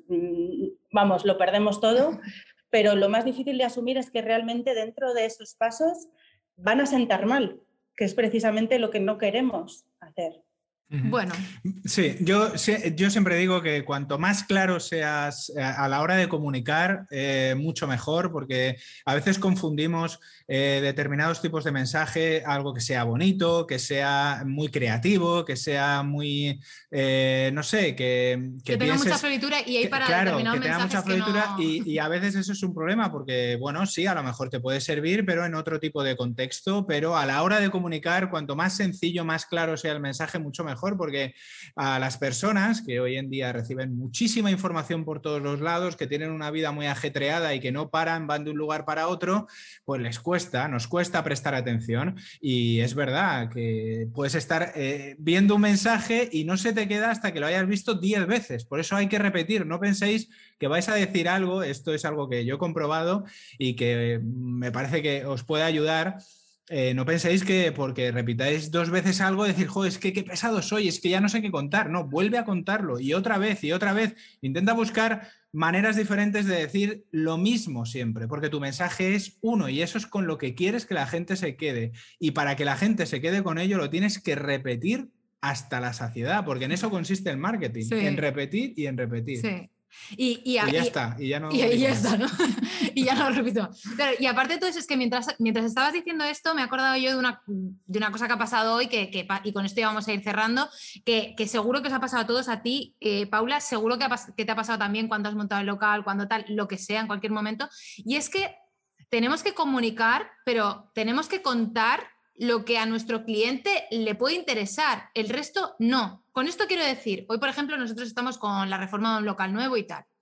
vamos, lo perdemos todo, pero lo más difícil de asumir es que realmente dentro de esos pasos van a sentar mal, que es precisamente lo que no queremos hacer. Bueno. Sí, yo, yo siempre digo que cuanto más claro seas a la hora de comunicar, eh, mucho mejor, porque a veces confundimos eh, determinados tipos de mensaje, algo que sea bonito, que sea muy creativo, que sea muy, eh, no sé, que... Que, que tenga pienses, mucha floritura y hay para que, claro, determinados que tenga mensajes mucha floritura que no... y, y a veces eso es un problema, porque, bueno, sí, a lo mejor te puede servir, pero en otro tipo de contexto, pero a la hora de comunicar, cuanto más sencillo, más claro sea el mensaje, mucho mejor. mejor, porque a las personas que hoy en día reciben muchísima información por todos los lados, que tienen una vida muy ajetreada y que no paran, van de un lugar para otro, pues les cuesta, nos cuesta prestar atención. Y es verdad que puedes estar eh, viendo un mensaje y no se te queda hasta que lo hayas visto diez veces. Por eso hay que repetir. No penséis que vais a decir algo, esto es algo que yo he comprobado y que me parece que os puede ayudar. Eh, no penséis que porque repitáis dos veces algo, decir, joder, es que qué pesado soy, es que ya no sé qué contar. No, vuelve a contarlo y otra vez y otra vez. Intenta buscar maneras diferentes de decir lo mismo siempre, porque tu mensaje es uno y eso es con lo que quieres que la gente se quede. Y para que la gente se quede con ello, lo tienes que repetir hasta la saciedad, porque en eso consiste el marketing, sí. En repetir y en repetir. Sí. Y, y, y ya y, está, y ya no. Y, y ya está, ¿no? Y ya no lo repito. Claro, y aparte de todo eso, es que mientras, mientras estabas diciendo esto, me he acordado yo de una, de una cosa que ha pasado hoy, que, que, y con esto ya vamos a ir cerrando, que, que seguro que os ha pasado a todos, a ti, eh, Paula, seguro que, ha, que te ha pasado también cuando has montado el local, cuando tal, lo que sea, en cualquier momento. Y es que tenemos que comunicar, pero tenemos que contar lo que a nuestro cliente le puede interesar, el resto no. Con esto quiero decir, hoy por ejemplo nosotros estamos con la reforma de un local nuevo y tal,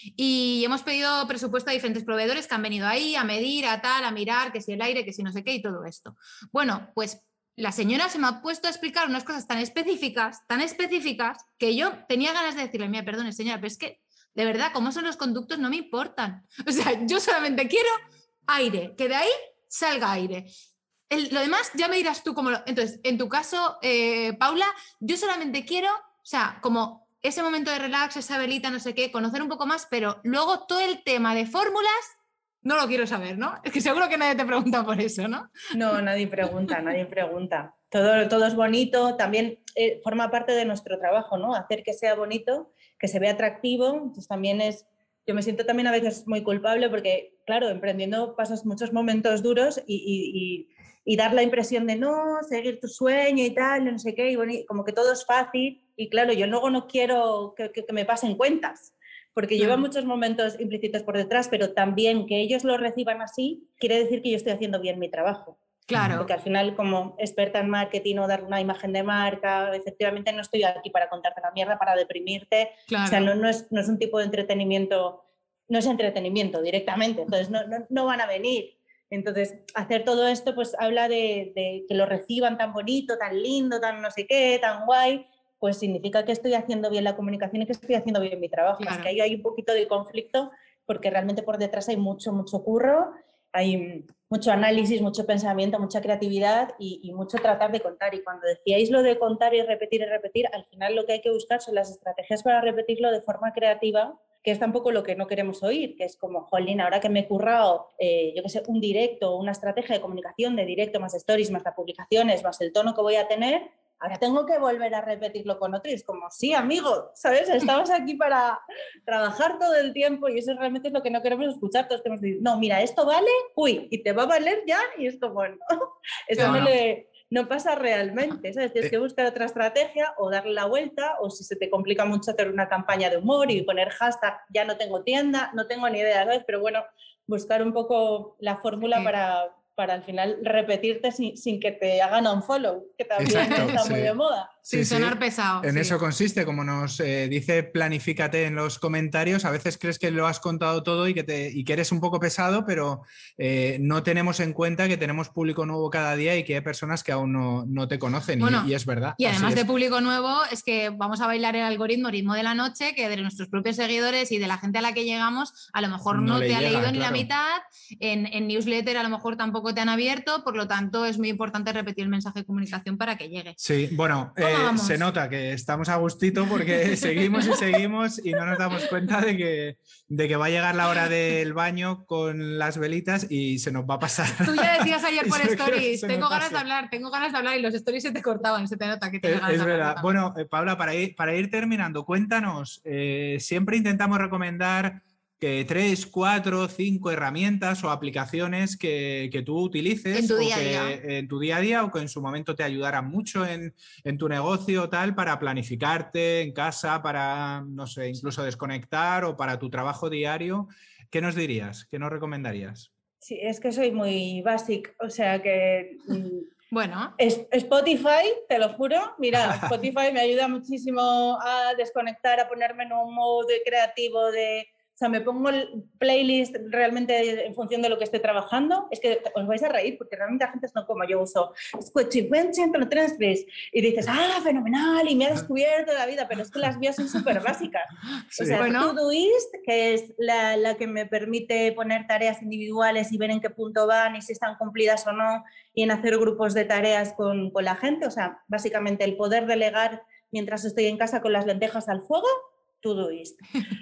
y hemos pedido presupuesto a diferentes proveedores que han venido ahí a medir, a tal, a mirar, que si el aire, que si no sé qué y todo esto. Bueno, pues la señora se me ha puesto a explicar unas cosas tan específicas, tan específicas, que yo tenía ganas de decirle, mira, perdone señora, pero es que de verdad, cómo son los conductos no me importan. O sea, yo solamente quiero aire, que de ahí salga aire. El, lo demás ya me dirás tú cómo lo... Entonces, en tu caso, eh, Paula, yo solamente quiero, o sea, como ese momento de relax, esa velita, no sé qué, conocer un poco más, pero luego todo el tema de fórmulas no lo quiero saber, ¿no? Es que seguro que nadie te pregunta por eso, ¿no? No, nadie pregunta, nadie pregunta. Todo, todo es bonito, también eh, forma parte de nuestro trabajo, ¿no? Hacer que sea bonito, que se vea atractivo, entonces también es... Yo me siento también a veces muy culpable porque, claro, emprendiendo pasas muchos momentos duros y, y, y, y dar la impresión de no, seguir tu sueño y tal, no sé qué, y bueno, como que todo es fácil. Y claro, yo luego no quiero que, que, que me pasen cuentas, porque lleva muchos momentos implícitos por detrás, pero también que ellos lo reciban así quiere decir que yo estoy haciendo bien mi trabajo. Claro. Porque al final, como experta en marketing o dar una imagen de marca, efectivamente no estoy aquí para contarte la mierda, para deprimirte. Claro. O sea, no, no, es, no es un tipo de entretenimiento, no es entretenimiento directamente, entonces no, no, no van a venir. Entonces, hacer todo esto pues habla de, de que lo reciban tan bonito, tan lindo, tan no sé qué, tan guay, pues significa que estoy haciendo bien la comunicación y que estoy haciendo bien mi trabajo. Claro. Es que ahí hay un poquito de conflicto porque realmente por detrás hay mucho, mucho curro, hay mucho análisis, mucho pensamiento, mucha creatividad y, y mucho tratar de contar. Y cuando decíais lo de contar y repetir y repetir, al final lo que hay que buscar son las estrategias para repetirlo de forma creativa, que es tampoco lo que no queremos oír, que es como, jolín, ahora que me he currado, eh, yo qué sé, un directo, una estrategia de comunicación de directo, más stories, más las publicaciones, más el tono que voy a tener, ahora tengo que volver a repetirlo con otro. Y es como, sí, amigo, ¿sabes? Estamos aquí para trabajar todo el tiempo y eso realmente es lo que no queremos escuchar. Todos queremos decir, no, mira, esto vale, uy, y te va a valer ya, y es como, no, eso no, no le... no pasa realmente, ¿sabes? Tienes que buscar otra estrategia o darle la vuelta, o si se te complica mucho hacer una campaña de humor y poner hashtag ya no tengo tienda, no tengo ni idea, ¿sabes? Pero bueno, buscar un poco la fórmula sí. para, para al final repetirte sin, sin que te hagan un follow, que también Exacto, está sí. muy de moda. Sin sí, sonar sí. pesado. En sí. eso consiste, como nos eh, dice Planifícate en los comentarios, a veces crees que lo has contado todo y que, te, y que eres un poco pesado, pero eh, no tenemos en cuenta que tenemos público nuevo cada día y que hay personas que aún no, no te conocen bueno, y, y es verdad. Y además es. de público nuevo, es que vamos a bailar el algoritmo ritmo de la noche, que de nuestros propios seguidores y de la gente a la que llegamos, a lo mejor no, no te llega, ha leído claro. ni la mitad, en, en newsletter a lo mejor tampoco te han abierto, por lo tanto es muy importante repetir el mensaje de comunicación para que llegue. Sí, bueno... Eh, se nota que estamos a gustito porque seguimos y seguimos y no nos damos cuenta de que, de que va a llegar la hora del baño con las velitas y se nos va a pasar. Tú ya decías ayer por stories, tengo ganas de hablar, tengo ganas de hablar y los stories se te cortaban, se te nota que tienes ganas es de hablar. Es verdad. Bueno, eh, Paula, para ir, para ir terminando, cuéntanos, eh, siempre intentamos recomendar que tres, cuatro, cinco herramientas o aplicaciones que, que tú utilices en tu, día o que, día. en tu día a día o que en su momento te ayudaran mucho en, en tu negocio tal para planificarte en casa, para, no sé, incluso desconectar o para tu trabajo diario. ¿Qué nos dirías? ¿Qué nos recomendarías? Sí, es que soy muy básica, o sea que... Bueno. Spotify, te lo juro, mira, Spotify me ayuda muchísimo a desconectar, a ponerme en un modo creativo de... O sea, me pongo el playlist realmente en función de lo que estoy trabajando. Es que os vais a reír porque realmente la gente no como yo uso y dices, ah, fenomenal, y me ha descubierto la vida, pero es que las mías son súper básicas. Sí. O sea, bueno. Todoist, que es la, la que me permite poner tareas individuales y ver en qué punto van y si están cumplidas o no, y en hacer grupos de tareas con, con la gente. O sea, básicamente el poder delegar mientras estoy en casa con las lentejas al fuego. Todoist.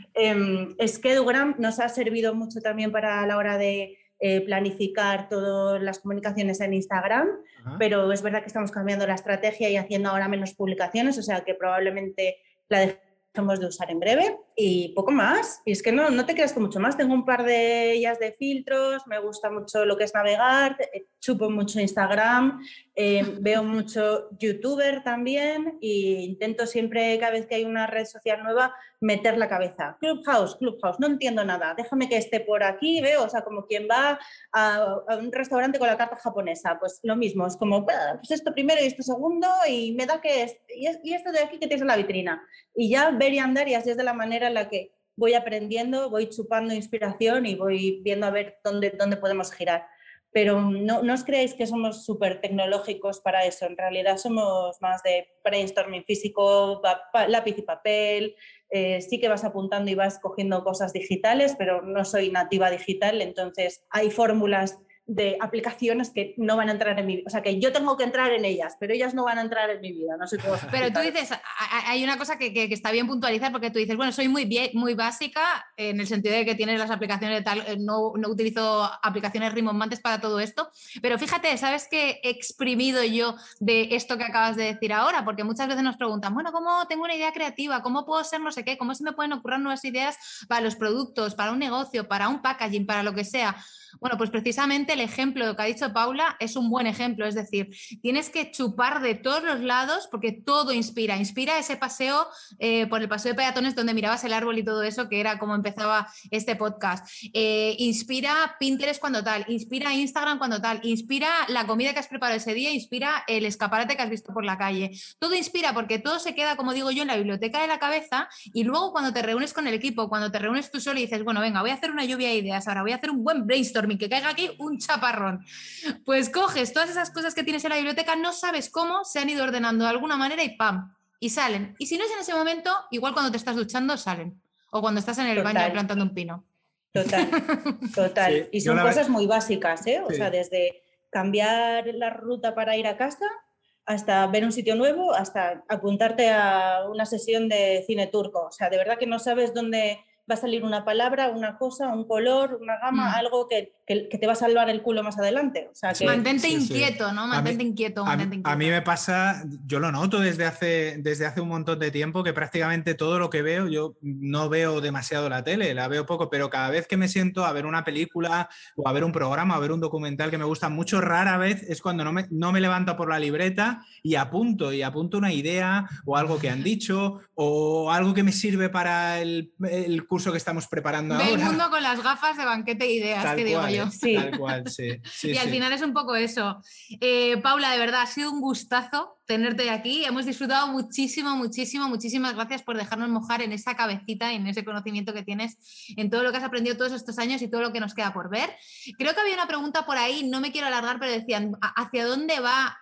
eh, Schedugram nos ha servido mucho también para la hora de eh, planificar todas las comunicaciones en Instagram, Ajá. pero es verdad que estamos cambiando la estrategia y haciendo ahora menos publicaciones, o sea que probablemente la dejemos de usar en breve y poco más. Y es que no, no te creas con mucho más. Tengo un par de ellas de filtros, me gusta mucho lo que es navegar, chupo mucho Instagram, eh, veo mucho YouTuber también e intento siempre, cada vez que hay una red social nueva, meter la cabeza. Clubhouse, Clubhouse, no entiendo nada, déjame que esté por aquí, veo, o sea, como quien va a, a un restaurante con la carta japonesa, pues lo mismo, es como, pues esto primero y esto segundo y me da que es, y esto de aquí que tienes en la vitrina. Y ya ver y andar y así es de la manera en la que voy aprendiendo, voy chupando inspiración y voy viendo a ver dónde, dónde podemos girar. Pero no, no os creáis que somos súper tecnológicos para eso, en realidad somos más de brainstorming físico, lápiz y papel, eh, sí que vas apuntando y vas cogiendo cosas digitales, pero no soy nativa digital, entonces hay fórmulas de aplicaciones que no van a entrar en mi vida, o sea que yo tengo que entrar en ellas, pero ellas no van a entrar en mi vida, no sé cómo. Pero tú dices, hay una cosa que, que, que está bien puntualizar, porque tú dices, bueno, soy muy, bien, muy básica en el sentido de que tienes las aplicaciones de tal, no, no utilizo aplicaciones rimbombantes para todo esto, pero fíjate, ¿sabes qué he exprimido yo de esto que acabas de decir ahora? Porque muchas veces nos preguntan, bueno, ¿cómo tengo una idea creativa? ¿Cómo puedo ser no sé qué? ¿Cómo se me pueden ocurrir nuevas ideas para los productos, para un negocio, para un packaging, para lo que sea? Bueno, pues precisamente el ejemplo que ha dicho Paula es un buen ejemplo, es decir, tienes que chupar de todos los lados porque todo inspira, inspira ese paseo eh, por el paseo de peatones donde mirabas el árbol y todo eso, que era como empezaba este podcast, eh, inspira Pinterest cuando tal, inspira Instagram cuando tal, inspira la comida que has preparado ese día, inspira el escaparate que has visto por la calle, todo inspira porque todo se queda, como digo yo, en la biblioteca de la cabeza y luego cuando te reúnes con el equipo, cuando te reúnes tú solo y dices, bueno, venga, voy a hacer una lluvia de ideas, ahora voy a hacer un buen brainstorm que caiga aquí un chaparrón. Pues coges todas esas cosas que tienes en la biblioteca, no sabes cómo, se han ido ordenando de alguna manera y ¡pam! Y salen. Y si no es en ese momento, igual cuando te estás duchando, salen. O cuando estás en el total. baño plantando un pino. Total, total. Sí, y son cosas muy básicas, ¿eh? O sí. sea, desde cambiar la ruta para ir a casa hasta ver un sitio nuevo, hasta apuntarte a una sesión de cine turco. O sea, de verdad que no sabes dónde va a salir una palabra, una cosa, un color, una gama, mm. algo que, que, que te va a salvar el culo más adelante. O sea, que... Mantente sí, inquieto, sí. ¿no? Mantente a mí, inquieto, a, mantente inquieto. A mí me pasa, yo lo noto desde hace, desde hace un montón de tiempo, que prácticamente todo lo que veo, yo no veo demasiado la tele, la veo poco, pero cada vez que me siento a ver una película o a ver un programa, a ver un documental que me gusta mucho, rara vez es cuando no me, no me levanto por la libreta y apunto, y apunto una idea o algo que han dicho o algo que me sirve para el, el curso que estamos preparando. Ve el mundo con las gafas de banquete de ideas, tal que digo cual, yo. Sí. Tal cual, sí. sí y sí. al final es un poco eso. Eh, Paula, de verdad, ha sido un gustazo tenerte aquí. Hemos disfrutado muchísimo, muchísimo, muchísimas gracias por dejarnos mojar en esa cabecita y en ese conocimiento que tienes, en todo lo que has aprendido todos estos años y todo lo que nos queda por ver. Creo que había una pregunta por ahí, no me quiero alargar, pero decían, ¿hacia dónde va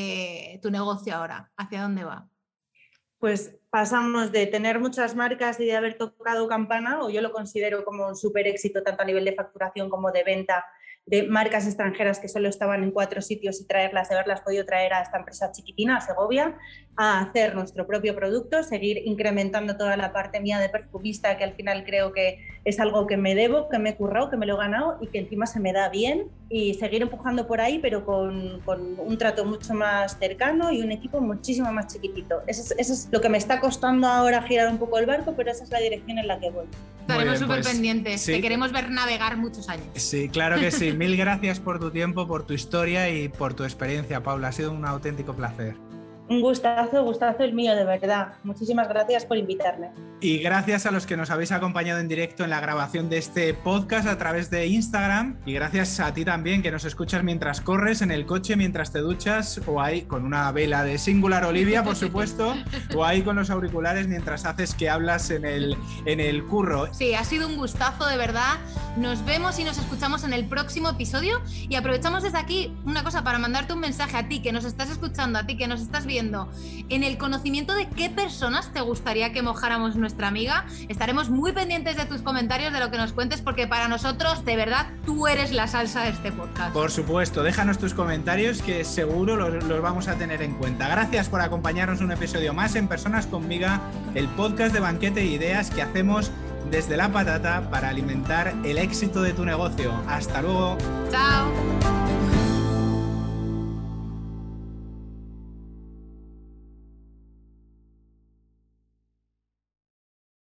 eh, tu negocio ahora? ¿Hacia dónde va? Pues pasamos de tener muchas marcas y de haber tocado campana, o yo lo considero como un súper éxito tanto a nivel de facturación como de venta, de marcas extranjeras que solo estaban en cuatro sitios y traerlas, de haberlas podido traer a esta empresa chiquitina, a Segovia, a hacer nuestro propio producto, seguir incrementando toda la parte mía de perfumista, que al final creo que es algo que me debo, que me he currado, que me lo he ganado y que encima se me da bien, y seguir empujando por ahí, pero con, con un trato mucho más cercano y un equipo muchísimo más chiquitito. Eso es, eso es lo que me está costando ahora girar un poco el barco, pero esa es la dirección en la que voy. Estaremos súper pues, pendientes, sí. Te queremos ver navegar muchos años. Sí, claro que sí. Mil gracias por tu tiempo, por tu historia y por tu experiencia, Paula. Ha sido un auténtico placer. Un gustazo, gustazo el mío, de verdad. Muchísimas gracias por invitarme. Y gracias a los que nos habéis acompañado en directo en la grabación de este podcast a través de Instagram. Y gracias a ti también, que nos escuchas mientras corres, en el coche, mientras te duchas, o ahí con una vela de Singular Olivia, por supuesto, o ahí con los auriculares mientras haces que hablas en el, en el curro. Sí, ha sido un gustazo, de verdad. Nos vemos y nos escuchamos en el próximo episodio. Y aprovechamos desde aquí una cosa para mandarte un mensaje a ti que nos estás escuchando, a ti que nos estás viendo, en el conocimiento de qué personas te gustaría que mojáramos nuestra amiga. Estaremos muy pendientes de tus comentarios, de lo que nos cuentes, porque para nosotros, de verdad, tú eres la salsa de este podcast. Por supuesto, déjanos tus comentarios que seguro los, los vamos a tener en cuenta. Gracias por acompañarnos un episodio más en Personas con Miga, el podcast de banquete de ideas que hacemos desde la patata para alimentar el éxito de tu negocio. Hasta luego. Chao.